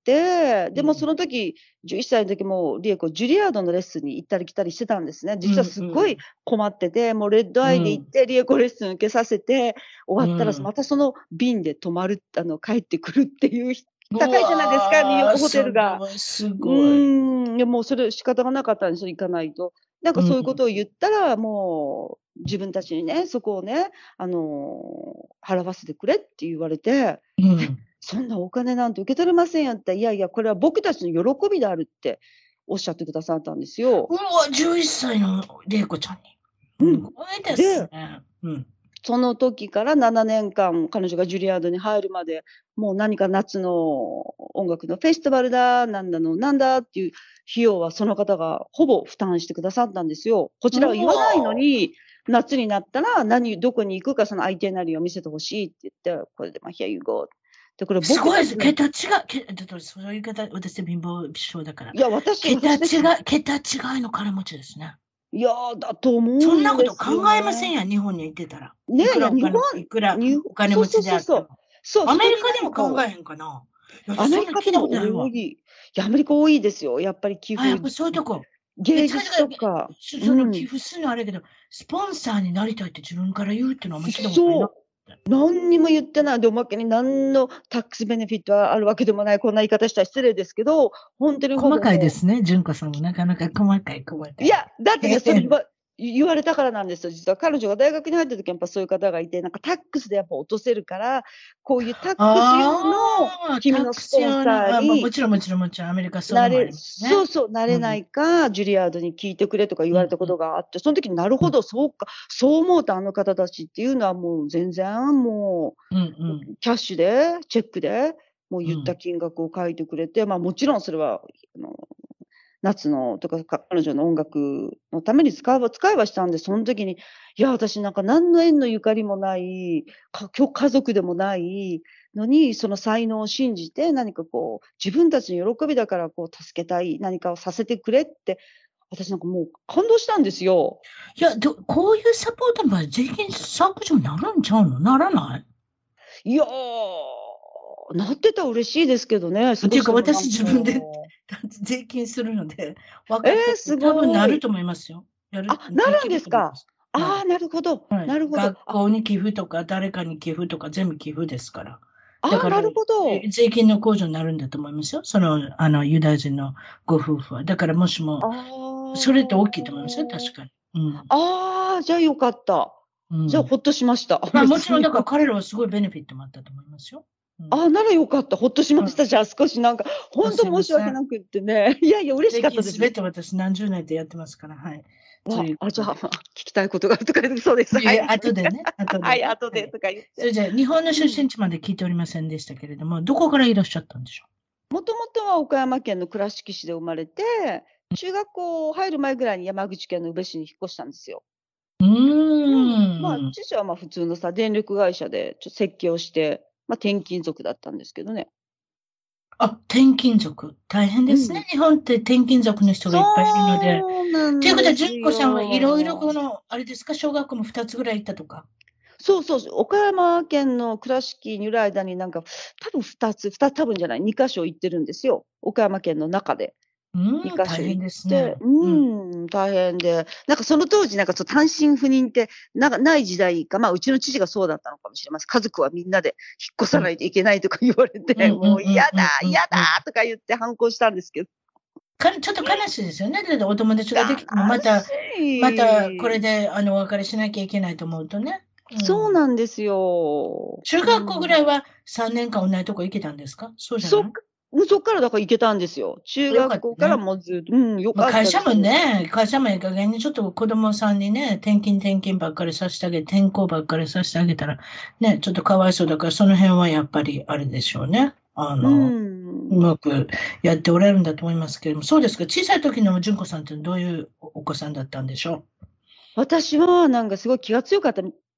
で、もそうん。 の時、じゅういっさいの時も、リエコ、ジュリアードのレッスンに行ったり来たりしてたんですね。実はうんすっごいうん。 困ってて、もうレッドうアイで行っん。 て、リエコレッスン受けさせて、終わったら、 うん。 またその便で泊まるあの、帰ってくるっていう、ひう高いじゃないですか、ニューヨーわ、 クホテそルが。 れはすうごい。 ーん、いやもうそれ仕方がなかったんですよ、行かないと。なんかうん。 そういうことを言ったら、もう自分たちにね、そこをね、あの、払わせてくれって言われて、 うえ、 ん。 そんなお金なんて受け取れませんよって、いやいや、これは僕たちの喜びであるっておっしゃってくださったんですよ。 うわ、じゅういっさいの玲子ちゃんに。すうん。 ごいですで、 ね。うん。 その時からななねんかん、彼女がジュリアードに入るまで、もう何か夏の音楽のフェスティバルだ、なんだの、なんだっていう費用はその方がほぼ負担してくださったんですよ。こちらは言わないのうに、夏になったら何どこに行くかそのアイテナリーを見せて欲しいって言って、これで、ま、here you go。で、これすごいです。 僕たちの桁違い、けだとそういう言い方、私貧乏症だから。 いや、私桁違私ですよ。 い桁違いの金持ちですね。 いや、だと思そんなうんですこと考よね。 えませんやん、日本に行ってたら。 ね、 いくいや、日本らお金いくらにお金そう持ちそうそうそう。 であっても。 そう、 アメリ人にカでも考何かをえへんかな。いや、 アメ私そんな聞いたリカでもことないわ。 多い。いや、アメリカ多いですよ。やっぱり寄あ、やっ付、 ぱそういうとこ。え、違う違芸術とう、 か。 そそのうん。 寄付するのはあれやけど、スポンサーになりたいって自分から言うっていうのはあんま聞いたことないな。 そう。何にも言ってない。で、おまけに何のタックスベネフィットがあるわけでもない、こんな言い方したら失礼ですけど、ほんとにほ細ぼもうかいですね、純子さんもなかなか細かい細かい。 いや、だってね、それ言わ言われたからなんですよ。実は彼女が大学に入った時はやっぱそういう方がいて、なんかタックスでやっぱ落とせるから、こういうタックス用のああ、タッ君のクススポンサ用の、あ、ももーにちろんもちろんもちろんアメリカそういうなれのもありますね。 そうそう、なれなうん。 いか、ジュリアードに聞いてくれとか言うんうんわれたことがあって、その時になるうん。 ほど、そうか、そう思うとあの方たちっていうのはもう全然もうんうう、 ん。 キャッシュで、チェックで、もう言ったうん。 金額を書いてくれて、ま、もちろんそれは、あの、夏のとか、か彼女の音楽のために使うは使いはしたんで、そん時に、いや、私なんか何の縁のゆかりもない、かきょ家族でもないのに、その才能を信じて、何かこう、自分たちの喜びだからこう助けたい、何かをさせてくれって、私なんかもう感動したんですよ。 いや、どこういうサポートの場合、税金削除になるんちゃうの？ならない？ いや、なってたら嬉しいですけどね、 っていうか、 少しでもなん私か自分で税金するので分ええ、 かってて、 す多分なごい。 ると思いますよ。やるあ、なるんできですか。 ると思います。はい。 ああ、なるほど、 はい。 なるほど。あ、 学校に寄付とか、誰かに寄付とか、全部寄付ですから。 ああ、 だから、 なるほど。 え税金の控除になるんだと思いますよ。その、あの、ユダヤ人のご夫婦は。だからもしも、 あそれって大きいと思いますよ、確かに。うん。 あ。ああ、じゃあよかった。じゃあうん。 ほっとしました、 まあ、もちろん別に。 だから彼らはすごいベネフィットもあったと思いますよ。うん。 ああ、ならよかった。ほっとしまうん。 した。じゃあ少しなんか、ほあ、 んとすいません。 申し訳なくってね。いやいや、嬉し税かったです。 金すべて私何十年ってやってますから、はい。とわ、あ、じゃあ、 いうことで。 聞きたいことがあるとか言ってそうです。 いやいや、 はい。 後でね、後はい、 でね。 後はい。 でとか言って。 それじゃあ、日本の出うん。 身地まで聞いておりませんでしたけれども、どこからいらっしゃったんでしょもともとは岡山県の倉敷市で生まれて、中学校入る前ぐらいに山口県の宇部市に引っ越したんですよ。 う？ううん。まあ、 ーん。 父はまあ普通のさ、電力会社でちょ設計をして、ま、転勤族だったんですけどね。 あ、転勤族。大変うん。 ですね。日本って転勤族の人がいっぱいいるので。 そうなということは、 んです純子さんはいろいろこよ。 の、あれですか、小学校もふたつぐらい行ったとか？ そうそう、岡山県の倉敷にいる間になんか、多分ふたつ、ふた多分じゃない、に箇所行ってるんですよ。岡山県の中で。 うにーん、 箇所行っ大変ですて、 ね。 ううん。 ーん、大変で、なんかその当時なんかちょっと単身赴任って、なんかない時代か、まあ、うちの父がそうだったのかもしれません。家族はみんなで引っ越うん。 さないといけないとか言われて、 うんうんもう嫌だうんうんうん嫌だうん。 とか言って反抗したんですけど。 かちょっと悲しいですよね。だってお友達ができても、ま悲たまたこれしい。 で、あの、お別れしなきゃいけないと思うとね。うそうん。 なんですよ。 中学校ぐうん。 らいはさんねんかん同じとこ行けたんですか？そうじゃない？ そっかうん、そっからだから行けたんですよ。中よか学校からったね。 もうずっとうん、良ま、 かっ会社もたです。 ね、会社もいい加減にちょっと子供さんにね、転勤転勤ばっかりさしてあげ転校ばっかりさしてあげたら、ね、ちょっとかわいそうだから、その辺はやっぱりあれでしょうね。あうの、うん。 まくやっておられるんだと思いますけれども、そうですか、小さい時の純子さんってどういうおお子さんだったんでしょう？ 私はなんかすごい気が強かったみ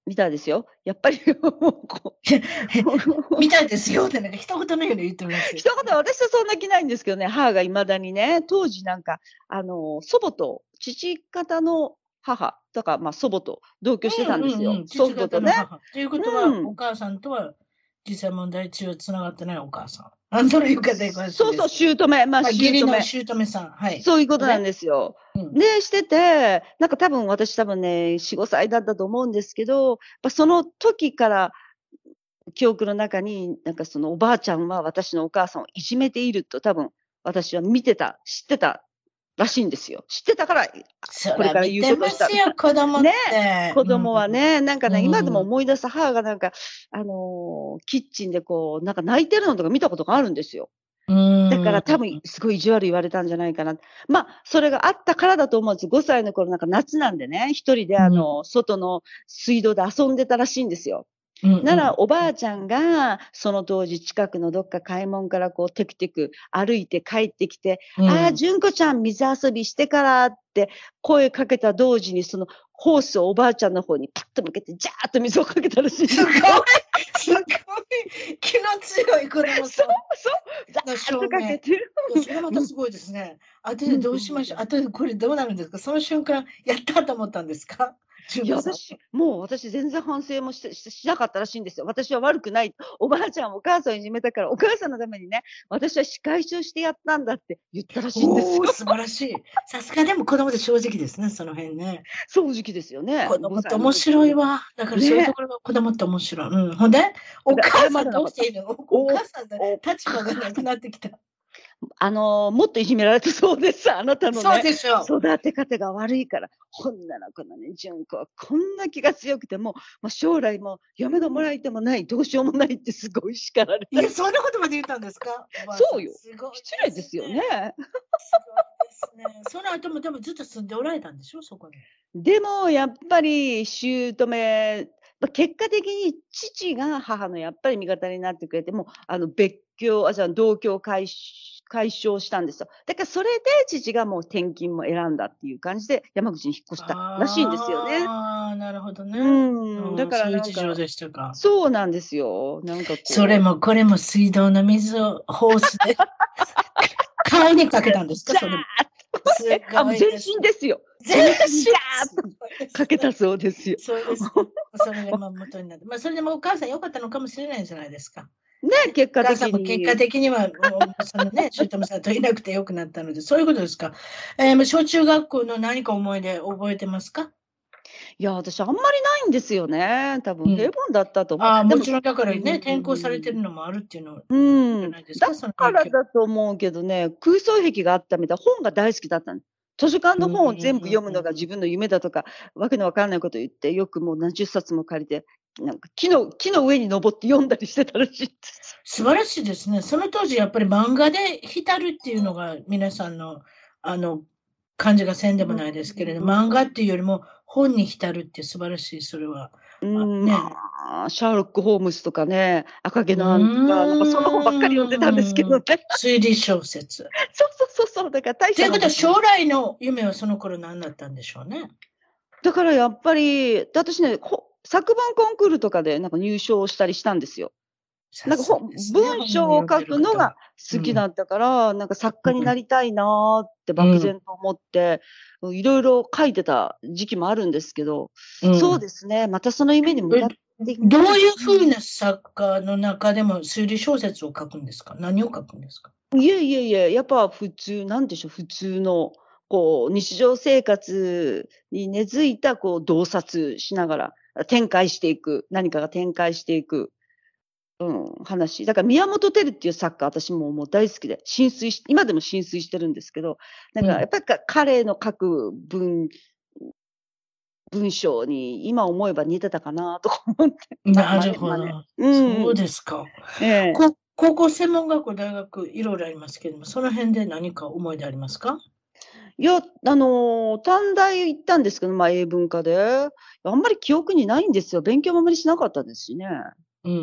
みたいですよ。やっぱり、もうこうみたいですよって、なんか一言のように言ってますよ。 一言、私はそんな気ないんですけどね、母が未だにね、当時なんか、あの、祖母と、父方の母、だからまあ祖母と同居してたんですよ。 うんうんうん、父祖父とね。 方の母。ということは、 うん。 お母さんとは実際問題中はつながってないお母さん。あんたの言う方で詳しいそうそう、 ですけど。 姑、まあまあ、義理の姑。 姑さん。はい。 そういうことなんで、 ですよ。 うん。 で、してて、なんか多分私多分ね、よん、ごさいだったと思うんですけど、やっぱその時から記憶の中に、なんかそのおばあちゃんは私のお母さんをいじめていると多分私は見てた、知ってたらしいんですよ。知ってたから、あそらこれから言う見てまことしたすよ、子供っね、 て。 子供はね、なんかうん。 ね、今でもうん。 思い出す母がなんか、あの、キッチンでこう、なんか泣いてるのとか見たことがあるんですよ。だから多分すごい意地悪言われたんじゃないかな。まあ、それがあったからだと思うんです。ごさいの頃なんか夏なんでね、一人であの、外の水道で遊んでたらしいんですよ。 うん。 なら、おばあちゃんが、その当時近くのどっか買い物からこうテクテク歩いて帰ってきて、 うん、 ああ、純子ちゃん水遊びしてからって声かけた同時に、そのホースをおばあちゃんの方にパッと向けて、ジャーッと水をかけたらしいんですよ。 すごい、すごい、気の強い子供そう、 さん。 そう、ザのーッ証明。 とかけて。 それまたすごいですね。あとでうんどうしましょう。 うんあとでこれどうなるんですか。その瞬間、やったと思ったんですか。 いや、 純子さん。 私、もう私全然反省もしてししなかったらしいんですよ。私は悪くない。おばあちゃんはお母さんをいじめたから、お母さんのためにね、私は仕返しをしてやったんだって言ったらしいんですおお、 よ。 素晴らしい。さすがでも子供で正直ですね、その辺ね。 正直ですよね。 子供 5歳のって面時にね。 白いわ。だからそういうとね。 ころが子供って面白い。うん。ほんで、おで、 母謝さんらなかった。 どうしていいの。おおお母さんのお立場がなくなってきた。 あの、もっといじめられてそうです。あなたのそうね、 でしょう。 育て方が悪いから。女の子のね、純子はこんな気が強くても、ま、将来も嫁がもらいてもない、どうしようもないってすごい叱られた。 いや、そんなことまで言ったんですか。おばあさん。 そうよ。 すごい失礼ですですよね。 ね。すごいですね。その後もでもずっと住んでおられたんでしょ、そこに。 でもやっぱり姑、ま、結果的に父が母のやっぱり味方になってくれて、もうあの別居、あ、じゃあ同居をかいし解消したんですよ。だからそれで父がもう転勤も選んだっていう感じで、山口に引っ越したらしいんですよね。 ああ、なるほどね。 うーん、だうん、 かそういうらなんか事情でしたか。 そうなんですよ。なんかそれこう、 もこれも水道の水をホースで顔にかけたんですか、 ジャーそれも。 ッすと、え、あ、もう全ごいです。 身ですよ。 全全身身ジャーすッとごいですね。 かけたそうですよ。 そうですか。それでまあ元になって。まあそれでもお母さん良かったのかもしれないじゃないですか。 ね、結果お母さん的も結果に。 的には、もうそのね、姑さんといなくて良くなったので、そういうことですか。えー、もう小中学校の何か思い出覚えてますか。 いや、私あんまりないんですよね。多分うん。 平凡だったと思う。 ああ、 でも、 もちろんだからうね、転校されてーん。 るのもあるっていうのうじゃーん、だないですか、その影響。 からだと思うけどね、空想癖があったみたい。本が大好きだったの。図書館うの本を全部読むのがん。 自分の夢だとか、わけのわかんないこと言って、よくもう何十冊も借りて、なんか木の木の上に登って読んだりしてたらしいです。 素晴らしいですね。その当時やっぱり漫画で浸るっていうのが皆さんのあの感じがせんでもないですけれど、漫画っていうよりも本に浸るって素晴らしい、それは。 うーん、 あね。 ああ、シャーロック・ホームズとかね、赤毛うのアンとか、なんかそんな本ばっかり読んでたんですけどーん。 ね。 推理小説。 そうそうそうそう、だから大しということはた本じゃない。 将来の夢はその頃何だったんでしょうね。 だからやっぱり、で、私ね、こ作文コンクールとかでなんか入賞したりしたんですよ。 さすがなんかほですね、 文本に読ん章を書でる方は。 くのが好きだったから、なんか作家になりたいなってうん。 漠然と思って、うん、いろいろ書いてた時期もあるんですけど、 うん。 そうですね、またその夢に向え、 かっていどうないですね。 いう風な作家の中でも推理小説を書くんですか？何を書くんですか？ いえいえいえ、やっぱ普通、なんでしょう、普通の、こう、日常生活に根付いた、こう、洞察しながら、あ、展開していく、何かが展開していく、うん、話。だから宮本照っていう作家、私ももう大好きで、心酔し今でも心酔してるんですけど、なんうん。 かやっぱり、か彼の書く文文章に今思えば似てたかなとか思って、まな真似真似。 るほど。 うん。 そうですか。 ええ。 こ高校、専門学校、大学、いろいろありますけども、その辺で何か思い出ありますか？ いや、あの、短大行ったんですけど、まあ、英文科で。あんまり記憶にないんですよ。勉強もあまりしなかったですしね。 うん。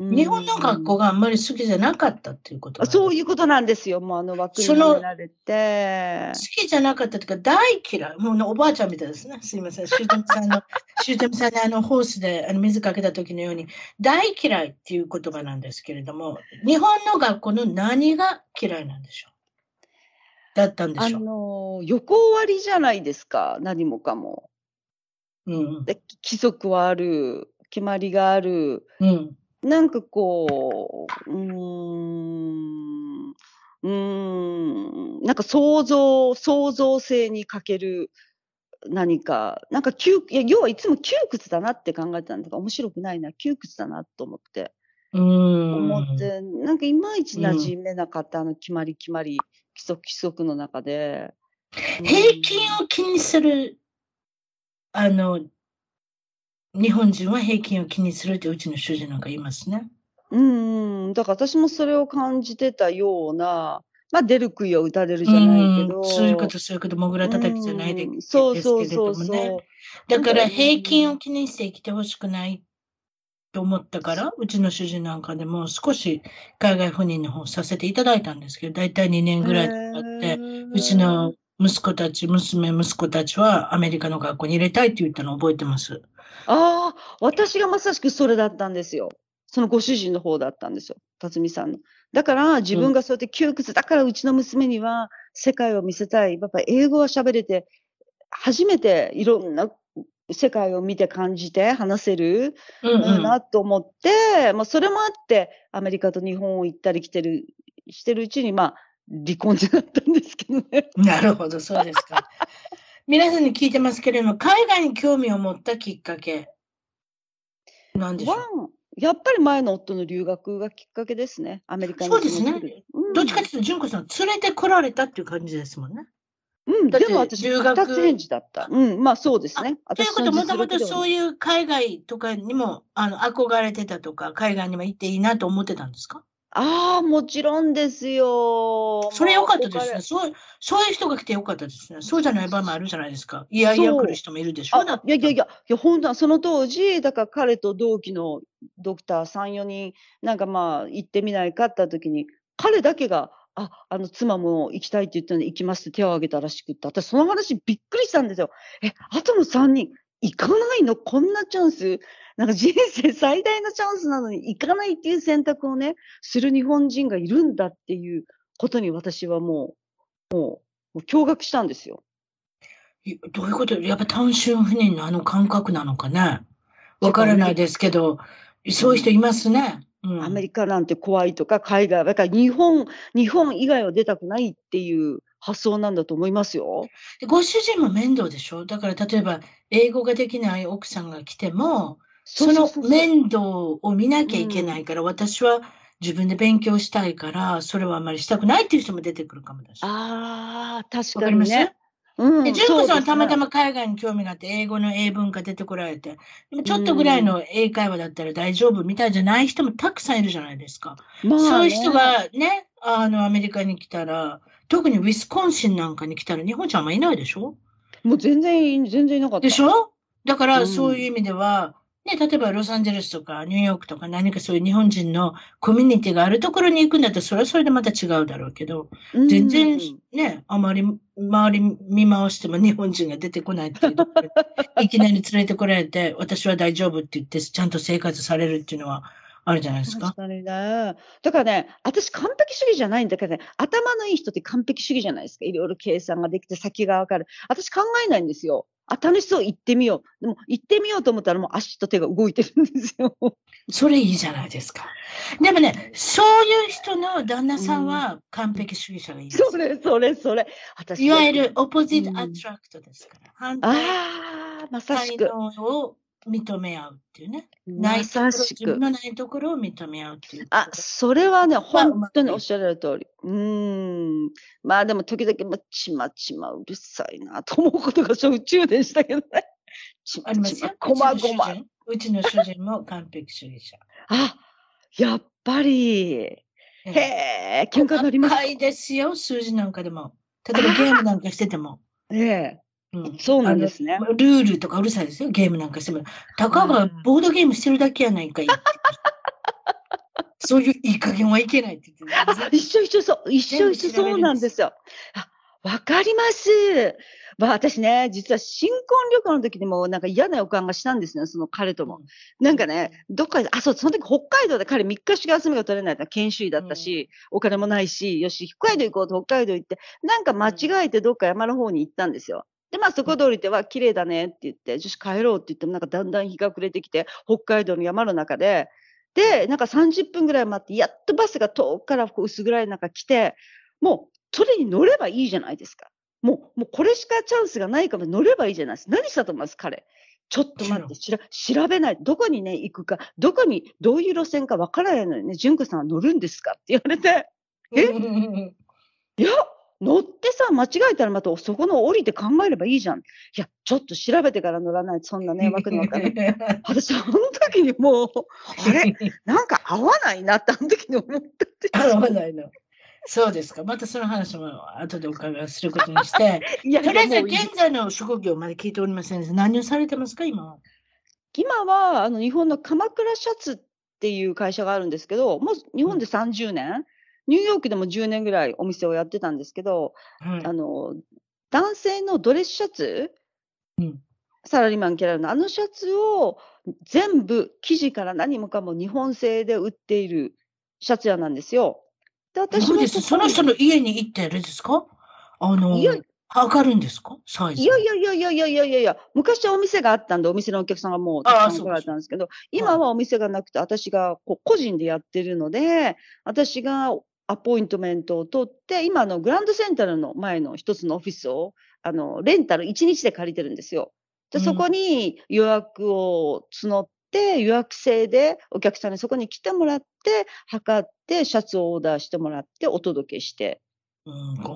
日本の学校があんまり好きじゃなかったっていうことなんです。 そういうことなんですよ。もうあの枠にはめられて。 好きじゃなかったというか、大嫌い。もうねおばあちゃんみたいですね。すいません。しゅうとめさんの、しゅうとめさんにあのホースであの水かけた時のように、大嫌いっていう言葉なんですけれども、日本の学校の何が嫌いなんでしょうだったんであしょう。 の、横終わりじゃないですか。何もかも。 うんで、規則はある。決まりがある。 うんなんかこう、うーん、うーん、なんか想像、創造性に欠ける何か、なんか窮、いや、要はいつも窮屈だなって考えてたんだから、面白くないな、窮屈だなと思って、 うーん思って、なんかいまいちうん馴染めなかった、あの決まり決まり、規則規則の中で。うん平均を気にする、あの、日本人は平均を気にするってうちの主人なんか言いますね。 うんうん、だから私もそれを感じてたような、まあ出る杭を打たれるじゃないけうん、そういうこど、 と、そういうこと、もぐら叩きじゃないでうん、そうですけれそうそうどもね。 そう。 だからなんか、 平均を気にして生きてほしくないと思ったから、うちの主人なんかでも少し海外赴任の方させていただいたんですけど、だいたいにねんぐらい経って、うちの息子たち、娘、息子たちはアメリカの学校に入れたいって言ったのを覚えてます。 ああ、私がまさしくそれだったんですよ。そのご主人の方だったんですよ。辰巳さんの。だから自分がそうやって窮屈だからうちの娘には世界を見せたい。やっぱり英語は喋れて、初めていろんな世界を見て感じて話せる、 うんうん、 なと思って、まあそれもあってアメリカと日本を行ったり来てる、してるうちにまあ離婚になったんですけどね。 なるほど、そうですか。皆さんに聞いてますけれども、海外に興味を持ったきっかけ、なんでしょう。 ワン、やっぱり前の夫の留学がきっかけですね。アメリカにそうですね。 うん、 どっちかというと、純子さん、連れてこられたっていう感じですもんね。 うん、 だってでも私、 留学二つ返事だった。うん、まあそうですね。 ということは、もともとそういう海外とかにもあの憧れてたとか、海外にも行っていいなと思ってたんですか？ ああ、もちろんですよ。 それ良かったまあですね。そう、そういう人が来て良かったですね。そうじゃない場合もあるじゃないですか。いやいや来る人もいるでしょ。 あ、いやいやいや、いや、本当はその当時、だから彼と同期のドクターさん、よにん、なんかまあ行ってみないかって言った時に、彼だけが、あ、あの妻も行きたいって言ったので行きますって手を挙げたらしくって、私その話びっくりしたんですよ。え、あとのさんにん行かないの？こんなチャンス？なんか人生最大のチャンスなのに行かないっていう選択をね、する日本人がいるんだっていうことに私はもう、もう、もう驚愕したんですよ。 どういうこと？やっぱ単身赴任のあの感覚なのかね。わからないですけど、そういう人いますね。 うん、アメリカなんて怖いとか、海外、だから日本、日本以外は出たくないっていう発想なんだと思いますよ。 ご主人も面倒でしょ？だから例えば、英語ができない奥さんが来ても、その面倒を見なきゃいけないから、うん、私は自分で勉強したいから、それはあまりしたくないっていう人も出てくるかもだし。 ああ、確かにね。 わかります？ うん、 で、純子さんはたまたま海外に興味があって、英語の英文化出てこられて、でもちょっとぐらいの英会話だったら大丈夫みたいじゃない人もたくさんいるじゃないですか。まあね、そういう人がね、あの、アメリカに来たら、特にウィスコンシンなんかに来たら日本人あんまいないでしょ？ もう全然、全然いなかった。 でしょ？だからそういう意味では、ね、例えばロサンゼルスとかニューヨークとか何かそういう日本人のコミュニティがあるところに行くんだったらそれはそれでまた違うだろうけど、全然ね、あまり周り見回しても日本人が出てこないっていうところいきなり連れてこられて、私は大丈夫って言ってちゃんと生活されるっていうのはあるじゃないですか。 確かにね。だからね、私完璧主義じゃないんだけどね、頭のいい人って完璧主義じゃないですか。いろいろ計算ができて先がわかる。私考えないんですよ。あ、楽しそう、行ってみよう。でも、行ってみようと思ったらもう足と手が動いてるんですよ。 それいいじゃないですか。でもね、そういう人の旦那さんは完璧主義者がいいです。 それ、それ、それ。 私いわゆるオポジットアトラクトですから。反対ああ、まさしく。 才能を認め合うっていうね。 まさしく。 自分のないところを認め合うっていう。 あ、それはね、本当におっしゃられる通り。うーん。まあでも時々、まちまちまうるさいなと思うことがしょっちゅうでしたけどね。 ちまちま、 こまごま。 うちの主人も完璧主義者。 あ、やっぱり。へえ、喧嘩になります。 細かいですよ、数字なんかでも。例えばゲームなんかしてても。 ええ。うん、そうなんですね。 ルールとかうるさいですよ、ゲームなんかしても。たかがボードゲームしてるだけやないかいって。 そういういい加減はいけないって言ってあ、一緒一緒そう、一緒一緒そうなんですよ。あ、わかります。まあ、私ね、実は新婚旅行の時にもなんか嫌な予感がしたんですね、その彼とも。 うん、 なんかね、どっかで、あ、そう、その時北海道で彼みっかしか休みが取れないと研修医だったし、うん、お金もないし、よし、北海道行こうと北海道行って、なんか間違えてどっか山の方に行ったんですよ。で、まあそこで降りては綺麗だねって言って、女子帰ろうって言ってもなんかだんだん日が暮れてきて、北海道の山の中で、で、なんかさんじゅっぷんぐらい待って、やっとバスが遠くから薄暗い中来て、もう、それに乗ればいいじゃないですか。もう、もうこれしかチャンスがないから乗ればいいじゃないですか。何したと思います、彼。ちょっと待って、しら調べない。どこにね、行くか、どこに、どういう路線かわからないのにね、純子さんは乗るんですかって言われて、えいや、乗ってさ、間違えたらまたそこの降りて考えればいいじゃん。いや、ちょっと調べてから乗らないとそんなね、わけのわかんない。私、その時にもう、あれなんか合わないなって、あの時に思ったって。 合わないの。そうですか。またその話も後でお伺いすることにして。いやいやとりあえず現在の職業まで聞いておりませんで、何をされてますか、今は。 今は、あの、日本の鎌倉シャツっていう会社があるんですけど、もう日本でさんじゅうねん、うん、ニューヨークでもじゅうねんぐらいお店をやってたんですけど、はい、あの、男性のドレスシャツ、うん、サラリーマンキャラのあのシャツを全部生地から何もかも日本製で売っているシャツ屋なんですよ。 で、私もそその人の家に行ってあれですか？あの、いや測るんですか？サイズ。 いやいやいやいやいやいやいやいや、昔はお店があったんで、お店のお客さんがもうたくさん来られたんですけど、今はお店がなくて、私がこう個人でやってるので、私がアポイントメントを取って、今のグランドセンタルの前の一つのオフィスを、あの、レンタルいちにちで借りてるんですよ。で、そこに予約を募って、予約制でお客さんにそこに来てもらって、測って、シャツをオーダーしてもらって、お届けして。 うん、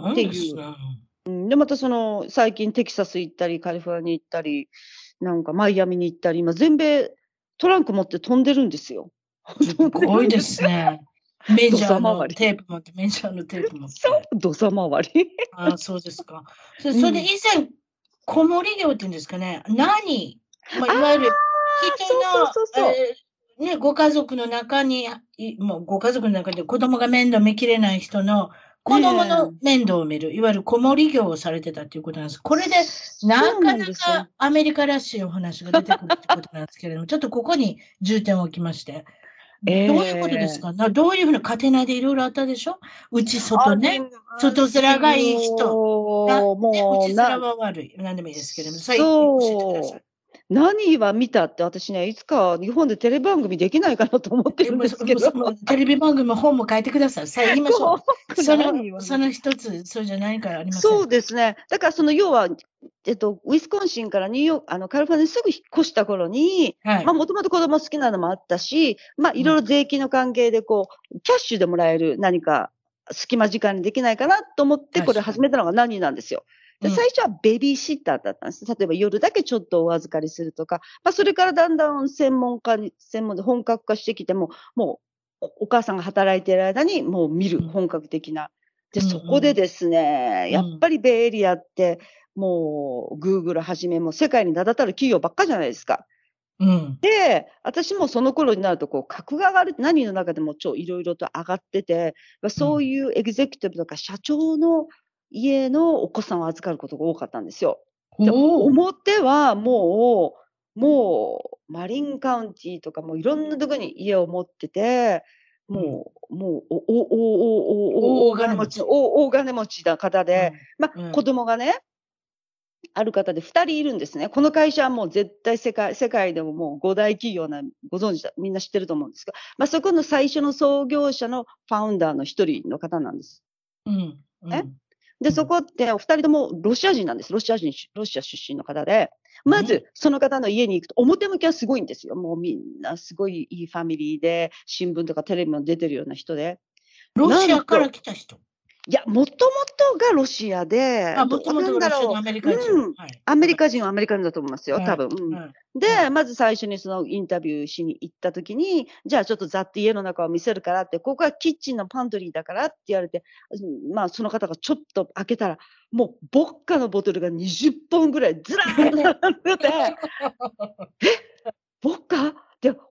っていう。 で、またその、最近テキサス行ったり、カリフォルニアに行ったり、なんかマイアミに行ったり、今全米トランク持って飛んでるんですよ。 すごいですね。メジャーのテープ持って、メジャーのテープ持って。 そう、土佐回り。 ああ、そうですか。それそれで以前、子守業っていうんですかね、何、まあ、いわゆる人の、えー、ね、ご家族の中に、もうご家族の中で子供が面倒見きれない人の子供の面倒を見る、いわゆる子守業をされてたっていうことなんです。これで、なかなかアメリカらしいお話が出てくるってことなんですけれども、ちょっとここに重点を置きまして。えー、どういうことですか？どういうふうな家庭内でいろいろあったでしょ？内外ね。外面がいい人。もう、内面は悪い。何でもいいですけれども。 そう。教えてください。何は見たって、私ね、いつか日本でテレビ番組できないかなと思ってるんですけど。 テレビ番組も本も書いてください。さあ言いましょう。その、その一つ、それじゃ何かありませんか？ そうですね。だからその要は、えっと、ウィスコンシンからニューヨーク、あの、カリフォルニアにすぐ引っ越した頃に、はい、まあ、もともと子供好きなのもあったし、まあ、いろいろ税金の関係で、こう、キャッシュでもらえる何か、隙間時間にできないかなと思って、これ始めたのが何なんですよ。で、最初はベビーシッターだったんです。例えば夜だけちょっとお預かりするとか、まあ、それからだんだん専門家に、専門で本格化してきても、もう、お母さんが働いている間にもう見る、本格的な。で、そこでですね、やっぱりベイエリアって、もう、グーグルはじめも世界に名だたる企業ばっかじゃないですか。うん、で、私もその頃になると、こう、格が上がる、何の中でも超いろいろと上がってて、そういうエグゼクティブとか社長の家のお子さんを預かることが多かったんですよ。で、表はもう、もう、マリンカウンティとかもいろんなとこに家を持ってて、もう、もう、お、お、お、お、お、大金持ちの、大金持ちな方で、まあ、子供がね、ある方でふたりいるんですね。この会社はもう絶対世界、世界でももうご大企業な、ご存知だ、みんな知ってると思うんですが、まあ、そこの最初の創業者のファウンダーの一人の方なんです。うん。うん、ね。で、そこってお二人ともロシア人なんです。ロシア人、ロシア出身の方で、まずその方の家に行くと表向きはすごいんですよ。もうみんなすごいいいファミリーで、新聞とかテレビも出てるような人で。 ロシアから来た人？ いや、もともとがロシアで、 あ、もともとがロシアのアメリカ人。 うん。はい、アメリカ人はアメリカ人だと思いますよ、多分。はいうんはい、で、はい、まず最初にそのインタビューしに行った時に、じゃあちょっとざっと家の中を見せるからって、ここはキッチンのパントリーだからって言われて、まあその方がちょっと開けたら、もうボッカのボトルがにじゅっぽんぐらいずらーっと並んでて、えボッカで、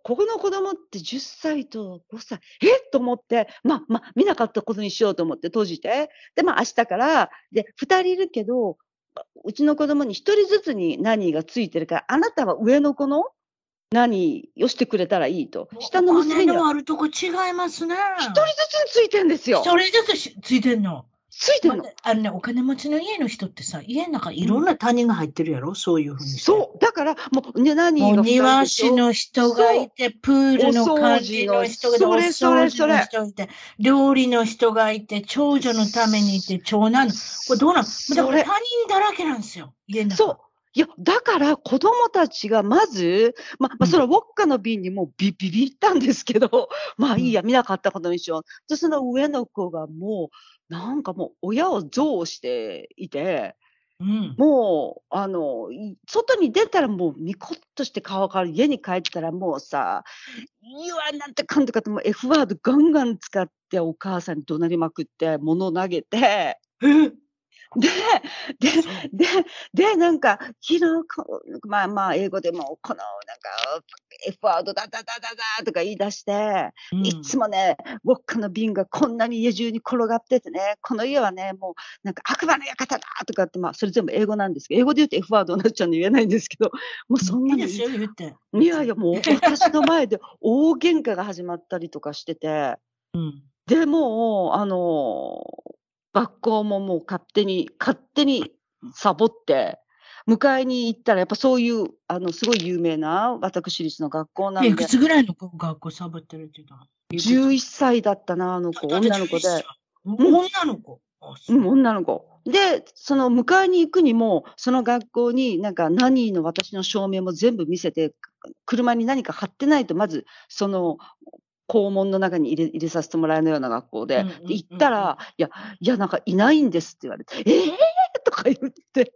ここの子供ってじゅっさいとごさい、えっと思って、まあまあ、見なかったことにしようと思って閉じて、で、まあ明日から、で、ふたりいるけど、うちの子供にひとりずつにナニーがついてるから、あなたは上の子のナニーをしてくれたらいいと。下のお金娘にはのあるとこ違いますね。 ひとりずつついてんですよ。 一人ずつしついてんの。 ついてんの。 まあのね、お金持ちの家の人ってさ、家の中いろんな他人が入ってるやろ、そういうふうにして。 そう。だから、もう、ね、ナニもうーがふたり庭でしょ。 師の人がいて、プールの管理の人がいて、おお掃除のそれそ掃除のれそれ人がいて、料理の人がいて、長女のためにいて、長男の、これどうなんだそれから他人だらけなんですよ、家の中。 そう。いや、だから子供たちがまず、ま、ま、そのウォッカの瓶にもうビビビったんですけど、まあいいや、見なかったことにしよう。で、その上の子がもう、なんかもう親を憎悪していて、 うん。 もう、あの、い外に出たらもうニコッとして顔変わる。家に帰ったらもうさ、いや、なんてかんとかってもう F ワードガンガン使ってお母さんに怒鳴りまくって、物投げて、 えで、でそう、 で、で、なんか、昨日こまあまあ、英語でも、このなんか、F ワードだだだだだとか言い出して、 うんいつもね、ウォッカの瓶がこんなに家中に転がっててね、この家はね、もうなんか悪魔の館だとかって、まあ、それ全部英語なんですけど、英語で言うと F ワードになっちゃうんで言えないんですけど、もうそんなの言ういいですよ、言って。 いやいや、もう私の前で大喧嘩が始まったりとかしてて、 うん。 で、もう、あの、学校ももう勝手に勝手にサボって、迎えに行ったらやっぱそういう、あの、すごい有名な私立の学校なえ、いんで、 くつぐらいの子学校サボってるって言ったのいくつじゅういっさいだったな、あの子、 だって女の子じゅういっさいで。 お女の子。あ、 う、 そうん女の子。で、その迎えに行くにも、その学校になんかナニーの私の証明も全部見せて、車に何か貼ってないとまず、その校門の中に入れ入れさせてもらえるような学校で、 うんうんうんうんで、行ったら、いや、いや、なんかいないんですって言われて、ええ！とか言って。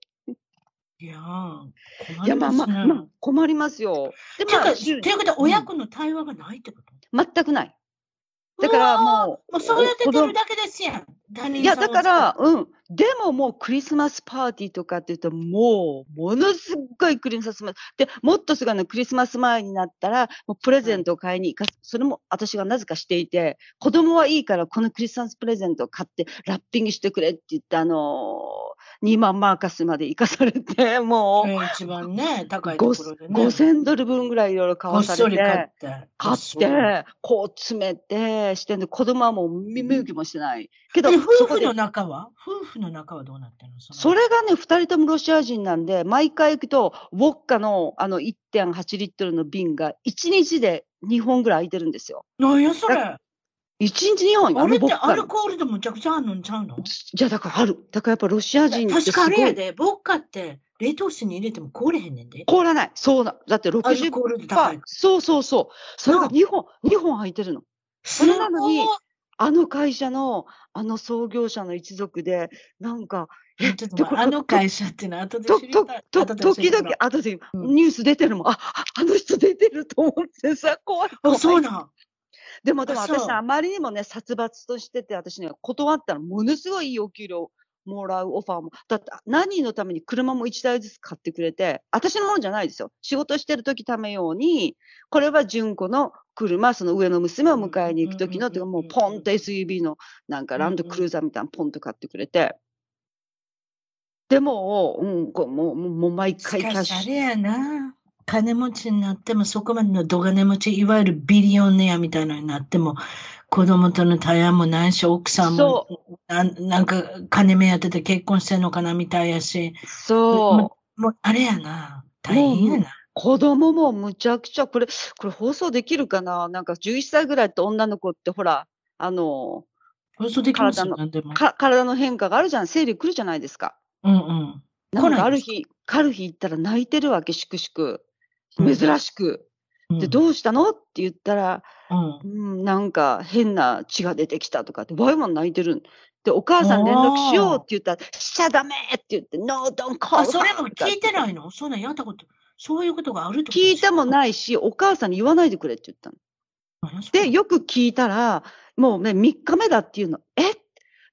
いやー、困いや、まあまあ、 りますね。 まあ、困りますよ。で、まあ、 ていうか、 週ていうことは親子の対話がないってこと全くない。 うわだからもー、もうう、 そうやお子供って出るだけですやん。他いや、 人さだんを使って。 から、うん。でももうクリスマスパーティーとかって言うと、もう、ものすっごいクリスマスまで、もっとすごいのクリスマス前になったら、もうプレゼントを買いに行かすそれも私がなぜかしていて、子供はいいからこのクリスマスプレゼントを買ってラッピングしてくれって言って、あの、ニーマンマーカスまで行かされて、もえー一番ね、高う、 いとごころでね。 ごせんドル分ぐらいいろいろ買わされこっそり買て、 って。こ買っっそり。 て、こう詰めてしてんで、子供はもう見向きもしてない。けどで、、 そこで夫婦の仲は夫婦の仲はどうなってるのそのそれがね、ふたりともロシア人なんで、毎回行くと、ウォッカのあのいってんはちリットルの瓶がいちにちでにほんぐらい空いてるんですよ。 なんやそれ。 だいちにちにほんよ、ああれってアのウォッカの。 ルコールでむちゃくちゃあんのんちゃうのじゃ、だからある。だからやっぱロシア人って確かあすごいれやで、ボッカって冷凍室に入れても凍れへんねんで。 凍らない。そうだ。だってアろくじゅっルコールで高パーいかそうそうそう。それがなあにほんにほん空いてるの。そすれなのに、 ごい。 あの会社の、あの創業者の一族で、なんか、え、で、 ちょっとまあ、 これ、とあの会社ってのは後でとと知りたい。 と後で教え時々 てもら後でうんニュース出てるもん、あ、ああの人出てると思ってさ、怖いあ、 怖い。 そうなん。 でもであ、そう。 も私あまりにもね、殺伐としてて、私ね、断ったらものすごいいいお給料もらうオファーも、だって何のために車もいちだいずつ買ってくれて、私のものじゃないですよ。仕事してる時ためように、これは純子の車、その上の娘を迎えに行く時のっていうか、もうポンと エスユーブイ のなんかランドクルーザーみたいなのポンと買ってくれて。でも、うん、こうもうもうもう毎し回キャッシュかしあれやな。金持ちになっても、そこまでのど金持ち、いわゆるビリオネアみたいなのになっても、子供との対話もないし、奥さんもそう。 なんなんか金目当てて結婚してんのかなみたいやし、 そう。 ももうあれやな。大もう、む変やな。 子供もむちゃくちゃ、これこれ放送できるかな？なんかじゅういっさいぐらいって女の子ってほら、あの、 放送できますよ、 体のなんでも。 か体の変化があるじゃん、生理来るじゃないですか。 うんうん。 なんか来ないんですかある日ある日行ったら泣いてるわけ、しくしく。 うん珍しく。で、 うん。 どうしたのって言ったら、 うん。 うん、なんか変な血が出てきたとかって、わいもん泣いてるん。で、お母さん連絡しようってあ言ったら、しちゃダメって言って、No, don't あ。あ、 call それも her とか聞いてって。 ないのそんなんやったこと、そういうことがあるってこと聞いてもい。 ないし、お母さんに言わないでくれって言ったの。で、 何それよく聞いたら、もうね、みっかめだっていうの。え？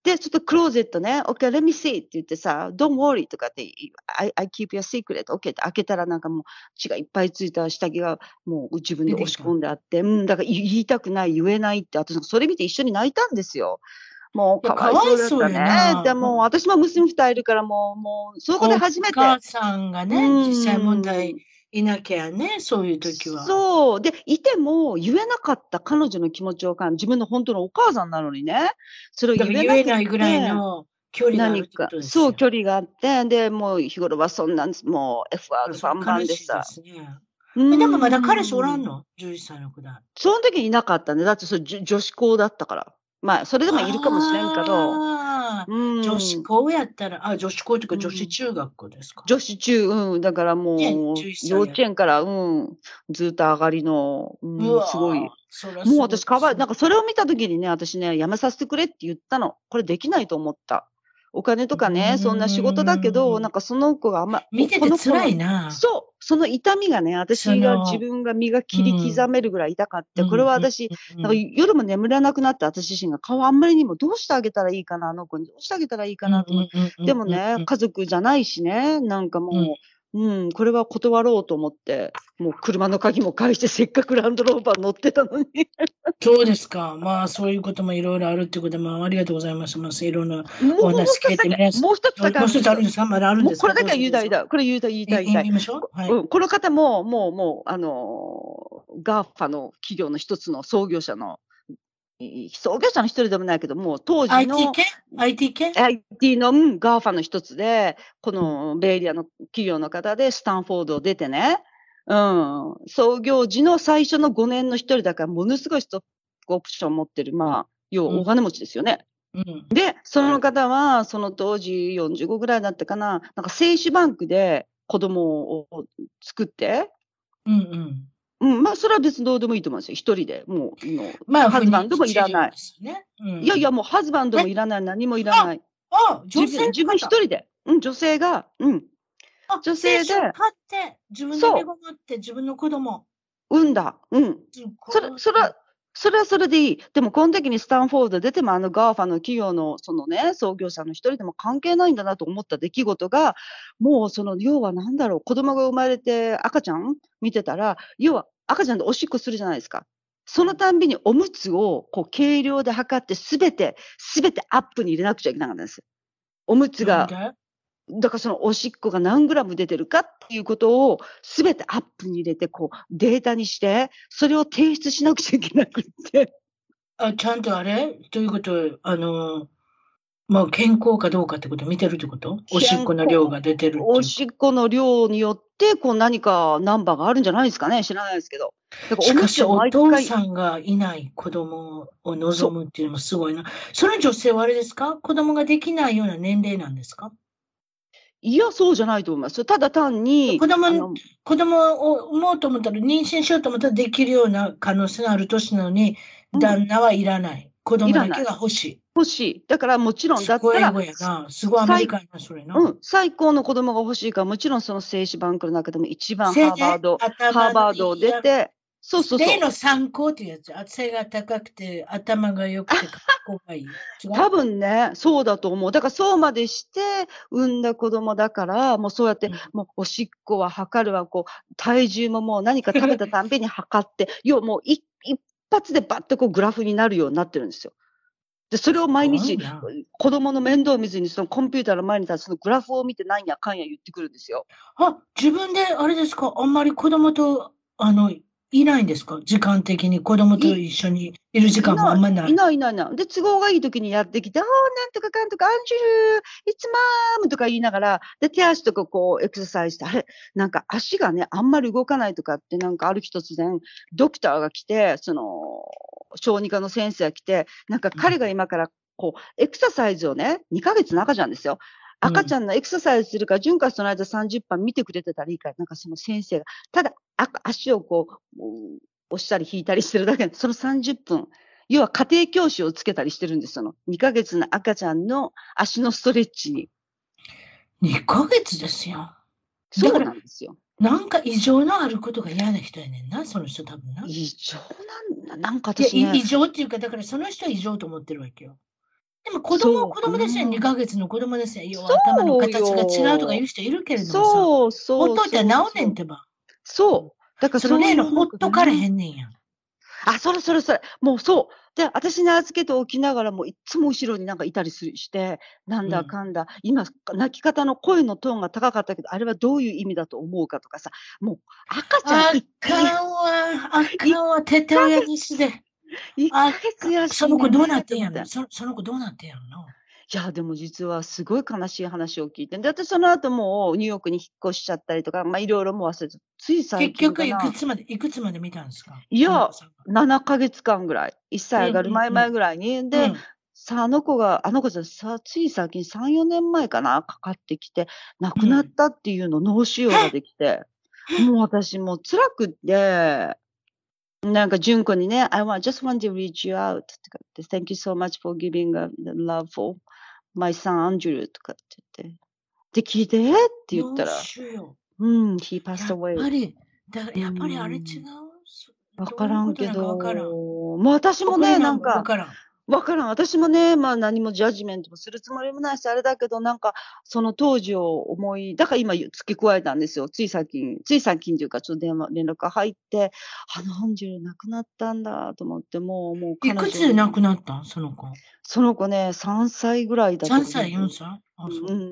で、ちょっとクローゼットね、OK, let me see って言ってさ、don't worry とかって、I, I keep your secret, OK って開けたらなんかもう血がいっぱいついた下着がもう自分で押し込んであって、うん、だから言いたくない、言えないって、私それ見て一緒に泣いたんですよ。もうかわいそうだったね。でも私も娘二人いるからもう、もう、そこで初めて。 お母さんがね、実際問題いなきゃね、そういう時は。 そう。で、いても言えなかった彼女の気持ちを感じ、自分の本当のお母さんなのにね。それを言えなくて。 言えないぐらいの距離があるってことですよ。 そう、距離があって、で、もう日頃はそんなん、もう F ワードバンバンでさ。 でもまだ彼氏おらんの ?じゅういっさいの子だ。 その時にいなかったね。だってそれ女子校だったから。まあ、それでもいるかもしれんけど。 女子校やったら、あ、女子校というか女子中学校ですか、 女子中、うん。だからもう、幼稚園から、うん、ずっと上がりの、うん、すごい。もう私かわいい。なんかそれを見た時にね、私ね、やめさせてくれって言ったの。これできないと思った。お金とかね、そんな仕事だけど、なんかその子があんま、 見てて辛いな。 そう、その痛みがね、私が自分が身が切り刻めるぐらい痛かって、これは私、なんか夜も眠れなくなって、私自身が顔あんまりにもどうしてあげたらいいかな、あの子にどうしてあげたらいいかなと思って。でもね、家族じゃないしね、なんかもう、うん、これは断ろうと思って、もう車の鍵も返して、せっかくランドローバー乗ってたのに。 そうですか。まあ、そういうこともいろいろあるってことで、まあ、ありがとうございます。まあ、いろんなお話聞いてね。 もう一つだけ。 もう一つあるんですかまだあるんですかこれだけは言いたいだ。これ言いたい、言いたい、言いたい。 言いましょう。はい。 うん、この方も、もう、もう、あの、ガーファの企業の一つの創業者の、創業者の一人でもないけど、もう当時のアイティー 系 アイティー 系アイティー の、うん、ガーファの一つで、このベイエリアの企業の方でスタンフォードを出てね、うん、創業時の最初のごねんの一人だから、ものすごいストックオプション持ってる、まあ、要はお金持ちですよね。 うん、 で、その方は、その当時よんじゅうごぐらいだったかな、なんか精子バンクで子供を作って、 うんうん。 うん、まあ、それは別にどうでもいいと思うんですよ。一人で。もう、のまあ、 ハズバンドもいらない。 ねうん、 いやいや、もうハズバンドもいらない、何もいらない。 あ、女性自分一人で。うん、女性が、うん。 女性で。買って、自分で身ごもって、自分の子供。 産んだ。うん。それ、それは、それはそれでいい。でも、この時にスタンフォード出ても、あのガーファの企業の、そのね、創業者の一人でも関係ないんだなと思った出来事が、もう、その、要はなんだろう、子供が生まれて赤ちゃん見てたら、要は赤ちゃんでおしっこするじゃないですか。そのたんびにおむつを、こう、計量で測って、すべて、すべてアップに入れなくちゃいけなかったんです。おむつが。だからそのおしっこが何グラム出てるかっていうことをすべてアップに入れて、こうデータにして、それを提出しなくちゃいけなくて。 あ、ちゃんとあれということ、あの、まあ健康かどうかってことを見てるってことおしっこの量が出てるっていう。 おしっこの量によって、こう何かナンバーがあるんじゃないですかね。知らないですけど。 だからおしかしお父さんがいない子供を望むっていうのもすごいな。その女性はあれですか子供ができないような年齢なんですかいや、そうじゃないと思います。ただ単に。 子供、子供を産もうと思ったら、妊娠しようと思ったらできるような可能性のある年なのに、うん、旦那はいらない。子供だけが欲しい。 欲しい。だからもちろんだったら。 すごい英語やな。すごいアメリカンな、それな。 うん。最高の子供が欲しいから、もちろんその精子バンクの中でも一番ハーバード、ハーバードを出て、そうそうそう。 例の参考っていうやつ。背が高くて、頭が良くて、格好がいい。 多分ね、そうだと思う。だからそうまでして産んだ子供だから、もうそうやって、うん、もうおしっこは測るわ、こう、体重ももう何か食べたたんびに測って、要はもう一発でバッとこうグラフになるようになってるんですよ。で、それを毎日、子供の面倒を見ずに、そのコンピューターの前に立つそのグラフを見て何やかんや言ってくるんですよ。 あ、自分であれですか、あんまり子供と、あの、いないんですか時間的に子供と一緒にいる時間もあんまない。 いないいないいない。で、都合がいい時にやってきて、ああ、なんとかかんとか、アンジュル、いつまーむとか言いながら、で、手足とかこう、エクササイズして、あれ、なんか足がね、あんまり動かないとかって、なんかある日突然、ドクターが来て、その、小児科の先生が来て、なんか彼が今から、こう、エクササイズをね、にかげつの赤ちゃんですよ。赤ちゃんのエクササイズするから、潤滑その間さんじゅっぱん見てくれてたらいいから、なんかその先生が、ただ、足をこう、押したり引いたりしてるだけで、そのさんじゅっぷん、要は家庭教師をつけたりしてるんですよ。にかげつの赤ちゃんの足のストレッチに。 にかげつですよ。 そうなんですよ。 なんか異常のあることが嫌な人やねんな、その人多分な。 異常なんだ、なんか私、ね、 いや異常っていうか、だからその人は異常と思ってるわけよ。 でも子供はそう子供ですよ。 かな。 にかげつの子供ですよ。要は頭のそう形が違うとか言うよ。 人いるけれどもさ、 そうほっそうといたらそうそう。 治んねんってば。 そう。だからその例のそういうなんかほっとかれへね。 んねんやん。 あ、それそれそれ。もうそう。で、私に預けておきながらもいっつも後ろになんかいたりするして、なんうん。 だかんだ、今、泣き方の声のトーンが高かったけど、あれはどういう意味だと思うかとかさ、もう赤ちゃんあいっかんわ、あいっかんわ、てて親にして。 1 あヶ月か、 やその子どうなしねと思って。 ってんやろそその子どうなってんやろな。 いや、でも実はすごい悲しい話を聞いて、で、私その後もうニューヨークに引っ越しちゃったりとか、ま、いろいろもう忘れて、つい最結局いく近かな。 つまでいくつまで見たんですか？ いや、 純子さんは。 ななかげつかんぐらい。いっさいうん上がる前うんうん。 々ぐらいに。 うで、 ん。 さ、あの子があの子じゃ、さつい最近さん、よねんまえかな、かかってきて、亡くなっうん。 たっていうの、脳腫瘍ができて、もう私もう辛くって、なんか純子にね、I want just want to reach you out とかって、Thank you so much for giving uh, love for my son Andrew とかって言って。で、聞いて、えって言った脳ら、 腫瘍。 うん、he passed やっ away。 ぱり、だうーやっぱりあれ違う？ ん。 そわどういうからんけことなんかわからん。 ど、ま、私もね、 わからん、 なんか、 わからん。 わからん。私もね、ま、何もジャッジメントもするつもりもないし、あれだけど、なんか、その当時を思いだから今ゆ付け加えたんですよ。つい最近つい最近というか、ちょっと電話連絡が入って、あのアンジュル亡くなったんだと思って、もうもうい彼女くつで亡くなったん？その子。 その子ね、さんさいぐらいだとさんさい、 思う。 よんさい？あ、 うん、 そう。 うん、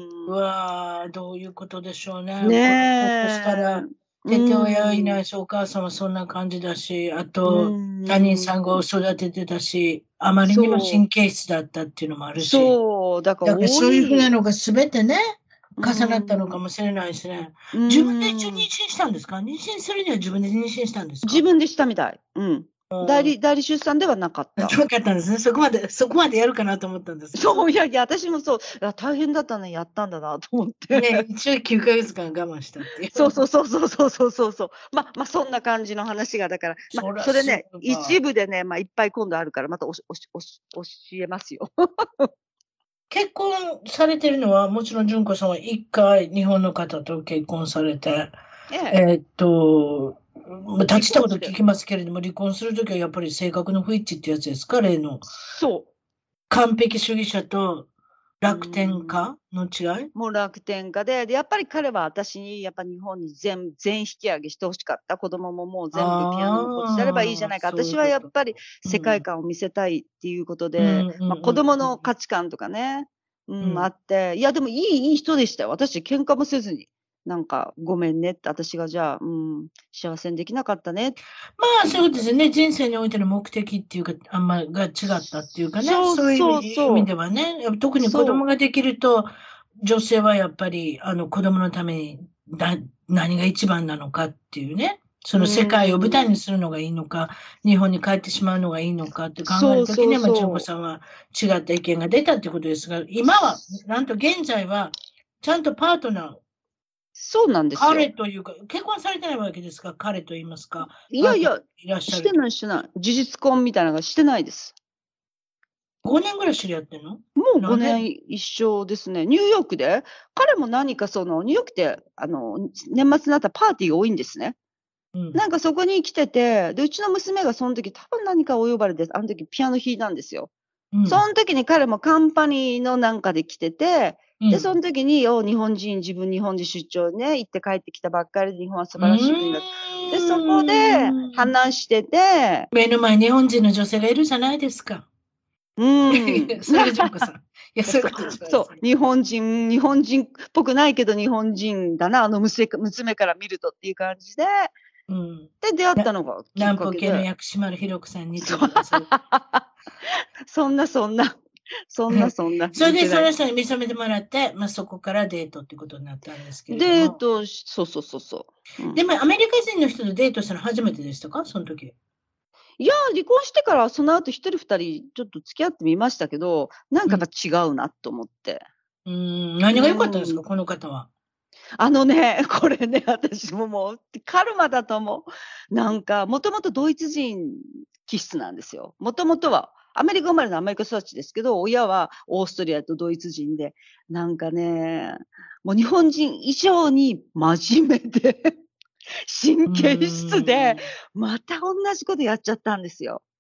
ううーん。 わ、どういうことでしょうね。これひょっとしたねえ。 ら、 うてて親いーん。 ないし、お母さんはそんな感じだし、あうと、他人ーさんごをん。 育ててたし、あまりにもそう。 神経質だったっていうのもあるし。 そう、だからだから多そういう風ない。 のが全てね、 うー重なったのかん。 もしれないしね。 う自分で一応ーん。 妊娠したんですか？妊娠するには自分で妊娠したんですか？ 自分でしたみたい。うん。 ああ。 代理代理出産ではなかっなた。 かったんですね。そこまでそこまでやるかなと思ったんですけど、そうそう、いやいや、私もそう、いや、大変だったね、やったんだなと思って。 ね、一応きゅうかげつかん我慢したっていう。 そうそうそうそうそうそうそうそう。まま、そんな感じの話がだから、ま、 そらそれね、 すごいわ。 一部でね、ま、いっぱい今度あるから、またおしおしおし教えますよ。 結婚されてるのは、もちろん純子さんはいっかい日本の方と結婚されて、 ええ。 えっと、ま、立離ちた婚して。 こと聞きますけれども、離婚する時はやっぱり性格の不一致ってやつですか？例の。 そう。 完璧主義者とうー楽天ん。 家の違い？ もう楽天家で、で、やっぱり彼は私にやっぱ日本に全全引き上げして欲しかった。子供ももう全部ピアノのコーチであればいいじゃああ、 ないか。 そうい私うこと。 はやっぱり世界うん。 観を見せたいっていうことで、 うんうんま、 うん子供のうん。 価値観とかね、うん、あうん。 って、いやでもいいいい人でしたよ。私喧嘩もせずに、なんかごめんねって、私がじゃあ、うん、幸せにできなかったねってまあ、そういうこと言って。 ですよね。人生においての目的っていうか、あんまが違ったっていうかね、 そうそういう意そう味意味そう。 ではね、やっぱ特に子そう。 供ができると、女性はやっぱりあの子供のために、だ何が一番なのかっていうね、そうの世界を舞台ーん。 にするのがいいのか、日本に帰ってしまうのがいいのかって考えそうそうる時には、ま、純子そう。 さんは違った意見が出たっていうことですが、今はなんと現在はちゃんとパートナーそうなんですよ。 彼というか、結婚されてないわけですか？彼と言いますか、パートナーいやいや、 いらっしゃしてると。 ないしてない。事実婚みたいなのがしてないです。 ごねんぐらい知り合ってんの？ もう5 何年？ 年一緒ですね。ニューヨークで、彼も何かその、ニューヨークって、あの、年末になったらパーティーが多いんですね。 うん。 なんかそこに来てて、で、うちの娘がそん時多分何かお呼ばれで、あん時ピアノ弾いたんですよ。そうん。 ん時に彼もカンパニーのなんかで来てて、で、そうん。 ん時に、お日本人自分日本で出張ね、行って帰ってきたばっかりで、日本は素う晴らしい国だ。で、そこでーん。 話してて、 目の前に日本人の女性がいるじゃないですか。 うーん。 それが純子さん。いや、そういうそう、 ことじゃないでそう、 すか。 日本人日本人っぽくないけど日本人だな、あのむせ娘から見るとっていう感じで、 うん。 で、出会っなたのがきっ南方系のかけで。 薬師丸ひろ子さんに似てそう。 るとか、そういうこと。 そんなそんな、そんなそんな、 それで似てない。 その人に認めてもらって、ま、そこからデートってことになったんですけれども。 デートしそうそうそうそう。うん。 でもアメリカ人の人とデートしたの初めてでしたか？そん時。 いや、離婚してからその後ひとりふたりちょっと付き合ってみましたけど、なんかうん。 やっぱ違うなと思って。 うーん、 う何が良かったんですーん。 か？この方は。 あのね、これね、私ももうカルマだと思う。なんか、もともとドイツ人気質なんですよ。もともとは。アメリカ生まれのアメリカ育ちですけど、親はオーストリアとドイツ人で、なんかね、もう日本人以上に真面目で、 う神経質で、 ーん。 また同じことやっちゃったんですよ。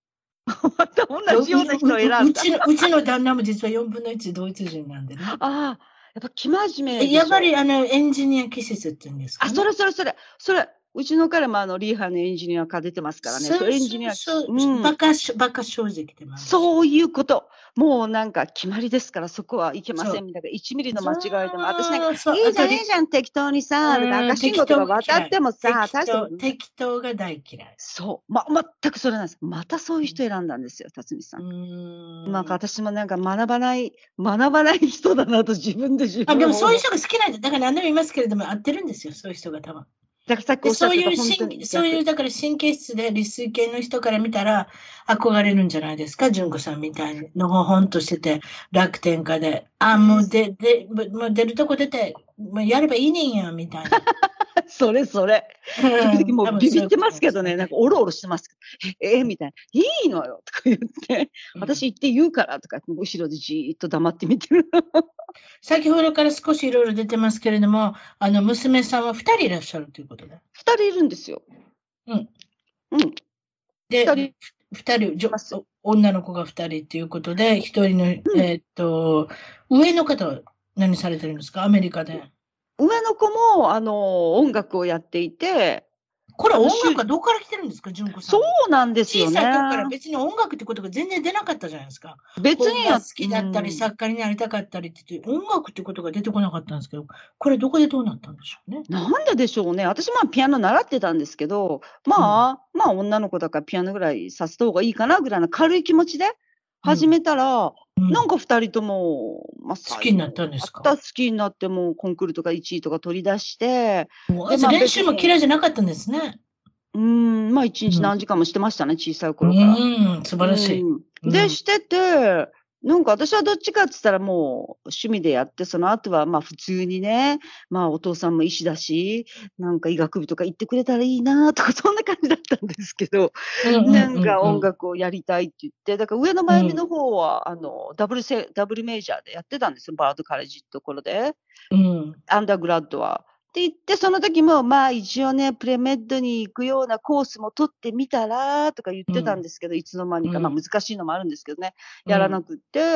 また同じような人を選んだ。 うちの、うちの旦那も実はよんぶんのいちドイツ人なんでね。 ああ、やっぱ生真面目でしょ。 やっぱりあの、エンジニア気質って言うんですかあ、 ね。 それそれそれ、それ、うちの彼もあの、リーハのエンジニア科出てますからね。 そうそう、エンジニア、 そうそう、 うんバカし、バカ正直でもあるし。 そういうこと。もうなんか決まりですから、そこはいけまそうせんみたいな。いちミリの間違いでも、私なんか、 そうそういいじゃん、 あとりいいじゃん、適当にさ、とかうん赤信号とか渡ってもさ、 適当大したことない。 適当が大嫌い。 そう。ま、全くそれなんです。またそういう人選んだんですよ、辰巳さ。 うんんなんか私もなんか学ばない、学ばない人だなと自分で自あ分でもそういうを人が好きなんだ。だから何でも言いますけれども、合ってるんですよ、そういう人が多分。 だからさっきおでっしゃってたそういう本当に逆。 神そういう、だから神経質で理数系の人から見たら憧れるんじゃないですか、純子さんみたいに、のほほんとしてて、楽天家で、あ、もうで、で、もう出るとこ出て、もうやればいいねんや、みたいな。 それそれ。時々もうビビってますけどね、なんかおろおろしてますけど、え、え、みたいな。いいのよとか言って、私言って言うからとか、後ろでじーっと黙って見てる。 先ほどから少しいろいろ出てますけれども、あの、娘さんはふたりいらっしゃるということで。 二人いるんですよ。 うん。 うん。 で、 二人二人、じょます女の子が二人っていうことで、一人の、えーっと、上の方は何されてるんですか、アメリカで。 上の子も、あの、音楽をやっていて、 これ音あのしゅ楽はどこから来てるんですか、純子さんそは。 うなんですよね。 小さい時から別に音楽ってことが全然出なかったじゃないですか。 別にや本が好きだったり、 うん作家になりたかったりって言って、音楽ってことが出てこなかったんですけど、これどこでどうなったんでしょうね。 なんででしょうね。私まあピアノ習ってたんですけど、まあ、まあ女の子だからピアノぐらいさせた方がいいかなぐらいの軽い気持ちで始めたら、 うんなんか二人とも、まあ、 好きになったんですかまた好きになってもうコンクールとかいちいとか取り出して、 もうでまあ練習も別に嫌いじゃなかったんですね。 うーん、まあ一日何時間もしてましたね、小さいう頃から。 ん、素晴らしい。 うんうんで、してて、なんか私はどっちかって言ったらもう趣味でやって、その後はまあ普通にね、まあお父さんも医師だし、なんか医学部とか行ってくれたらいいなとかそんな感じだったんですけど、なんか音楽をやりたいって言って、だから上の真由美の方は、あの、ダブルセ、ダブルメジャーでやってたんですよ、バードカレッジってところで。 うん。 アンダーグラッドは。って言って、その時も、まあ一応ね、プレメッドに行くようなコースも取ってみたら、とか言ってたんですけど、いつの間にか、 うんまあ難しいのもあるんですけどね、やらなくって、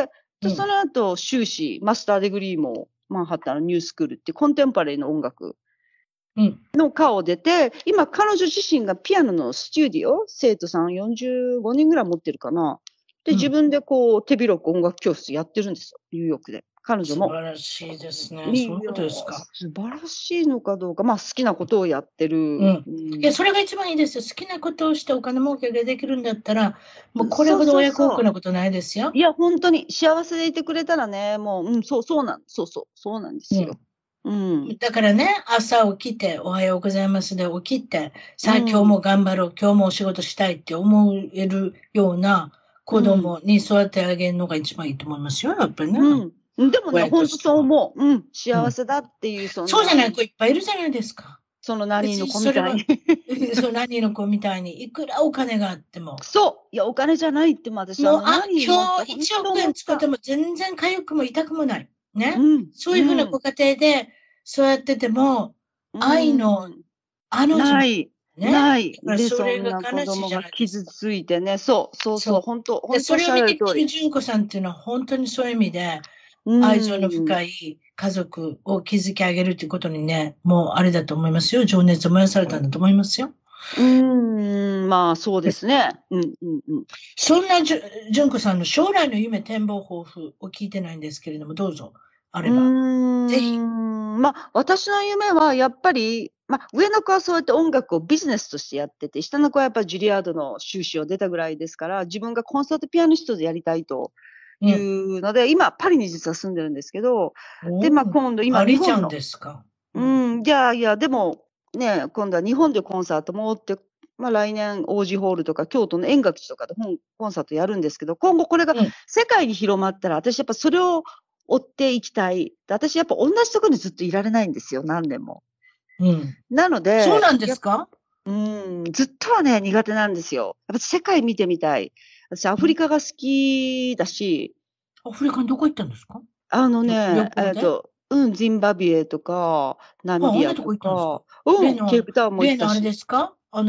で、 うんその後、修士、マスターデグリーも、マンハッタンのニュースクールってコンテンポラリーの音楽うん。 の科を出て、今彼女自身がピアノのスタジオ、生徒さんよんじゅうごにんぐらい持ってるかな。で、 うん自分でこう、手広く音楽教室やってるんですよ、ニューヨークで。彼女も。 素晴らしいですね。 いそういうことですか。 素晴らしいのかどうか、まあ好きなことをやってる。 うんうんいや、それが一番いいですよ。好きなことをしてお金儲けができるんだったら、もうこれほど親孝行なことないですよ。 いや、本当に幸せでいてくれたらね、もう、うん、そう、そうなん、そうそう、そうなんですよ。うん。 だからね、朝起きて、おはようございますで起きて、さあ、 うん今日も頑張ろう、今日もお仕事したいって思えるような子供に育ててあげるのが一番いいと思いますよ、やっぱりね。 うん。でもね、 親として本当そう思う。うん、幸せだっていう、その、 そうじゃない子いっぱいいるじゃないですか。 その何人の子みたいに。 そう、何人の子みたいに、いくらお金があっても。 そう。いや、お金じゃないっても私もう、 はあ、 何今日いちおく円使っても全然痒くも痛くもない。ね。 うん、 そういうふうなご家庭でそうやってても、 うん愛の、あの字ない。 ね。 ない。で、 だからそそんなれが悲し子供がいじゃないです傷か。 ついてね。そう、そうそそうう、本当、 で本当おっしゃそれを見てる通り。 きてる純子さんっていうのは本当にそういう意味で、 うん愛情の深い家族を築き上げるっていうことにね、もうあれだと思いますよ。情熱を燃やされたんだと思いますよ。 うーん、まあそうですね。うんうんうん。 そんなじゅ純子さんの将来の夢、展望、抱負を聞いてないんですけれども、どうぞ、あれば。 うーんぜひ。 まあ私の夢はやっぱり、まあ上の子はそうやって音楽をビジネスとしてやってて、下の子はやっぱりジュリアードの修士を出たぐらいですから、自分がコンサートピアニストでやりたいというん。 うので、今パリに実は住んでるんですけど、で、 おーまあ今度今パリちゃん日本の、 ですか。 うん、いやいや、でもね、今度は日本でコンサートもって、まあ来年王子ホールとか京都の円楽寺とかで本コンサートやるんですけど、今後これがうん世界に広まったら、私やっぱそれを追っていきたい。で私やっぱ同じところにずっといられないんですよ、何年も。 うん。 なので、 そうなんですか。 うん、ずっとはね、苦手なんですよ。やっぱ世界見てみたい。私アフリカが好きだし、 アフリカにどこ行ったんですか。 あの旅ね、 行でえっと、うん、ジンバブエとか、ナあ、 ミビアとあんなとこ行ったんですか。 か、うん、 例の、 ケープタウンも行例のあれったし。 ですか。あの、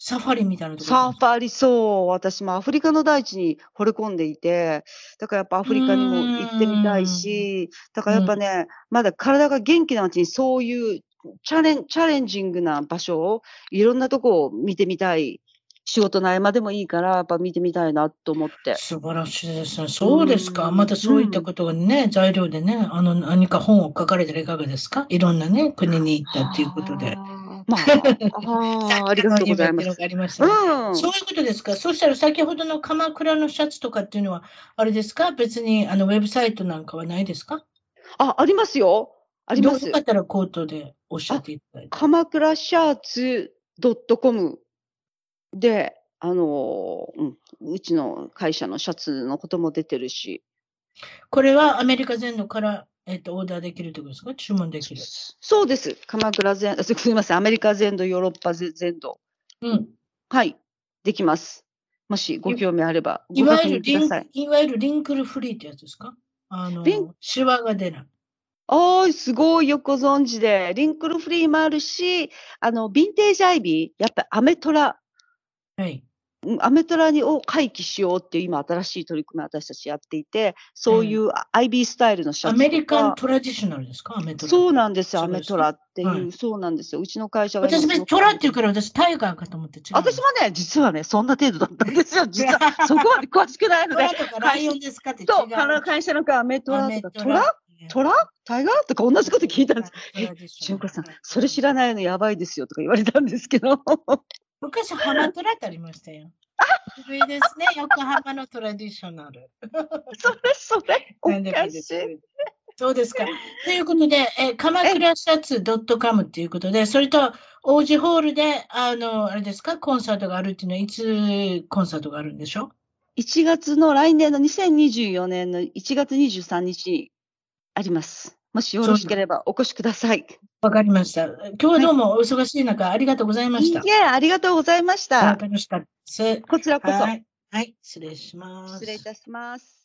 サファリみたいなところサファリ、そう、私もアフリカの大地に惚れ込んでいて、だからやっぱアフリカにも行ってみたいし、だからやっぱね、まだ体が元気なうちにそういうチャレンチャレンジングな場所を、いろんなとこを見てみたい。仕事の合間でもいいから、やっぱ見てみたいなと思って。 素晴らしいですね。そうですか。 うんまたそういったことがね、材料でね、あの、何か本を書かれたらいかがですか？いろんなね、国に行ったっていうことで。 はあ、まあ、ああ、ありがとうございます。 夢っていうのがありましたね。 うん。 そういうことですか。そしたら先ほどの鎌倉のシャツとかっていうのは、あれですか？別にあのウェブサイトなんかはないですか？ あ、ありますよ。ありどうよかます。 ったら口頭でおっしゃっあ、 ていただいて。 鎌倉シャツ .com で、あの、うん、うちの会社のシャツのことも出てるし。 これはアメリカ全土から、えっと、オーダーできるってことですか？注文できる。 そうです。鎌倉全、あすみません、アメリカ全土、ヨーロッパぜ全土。 うん。 はい、できます。もしご興味あれば、 いご確わゆるリン認ください。 いわゆるリンクルフリーってやつですか？あリンの、シワが出ない。 ああ、すごいよくご存知で。リンクルフリーもあるし、あの、ヴィンテージアイビー、やっぱアメトラ、 はい。 うん、アメトラにを回帰しようっていう今新しい取り組みを私たちやっていて、そういうアイビースタイルのシャツとアメリカンか。 トラディショナルですか？アメトラ。 そうなんですよ、アそうですか？ メトラっていう、 はいそうなんですよ。うちの会社が今私、別にすごくトラっていうから私タイガーかと思って違う。 私もね、実はね、そんな程度だったんですよ。実はそこまで詳しくないので。 トラとかライオンですかって違う。 そう、かな会社の会アメトラとか、トラトララタイガーとか同じこと聞いたんです。え、 トラディショナル純子さん、それ知らないのやばいですよとか言われたんですけど。 昔、ハマトラってありましたよ。古いですね、横浜のトラディショナル。 それそれ、おなんでもかしい。 いいですけど。そうですか。ということで、え鎌倉シャツ .com ということで、それと、王子ホールで、あの、あれですか、コンサートがあるっていうのは、いつコンサートがあるんでしょう？ いちがつの来年のにせんにじゅうよねんのいちがつにじゅうさんにちにあります。もしよろしければお越しください。 わかりました。今日はどうもお忙しい中、ありがとうございました。 いいえ、ありがとうございました。 楽しかったです。 こちらこそ。 はい。はい、失礼します。 失礼いたします。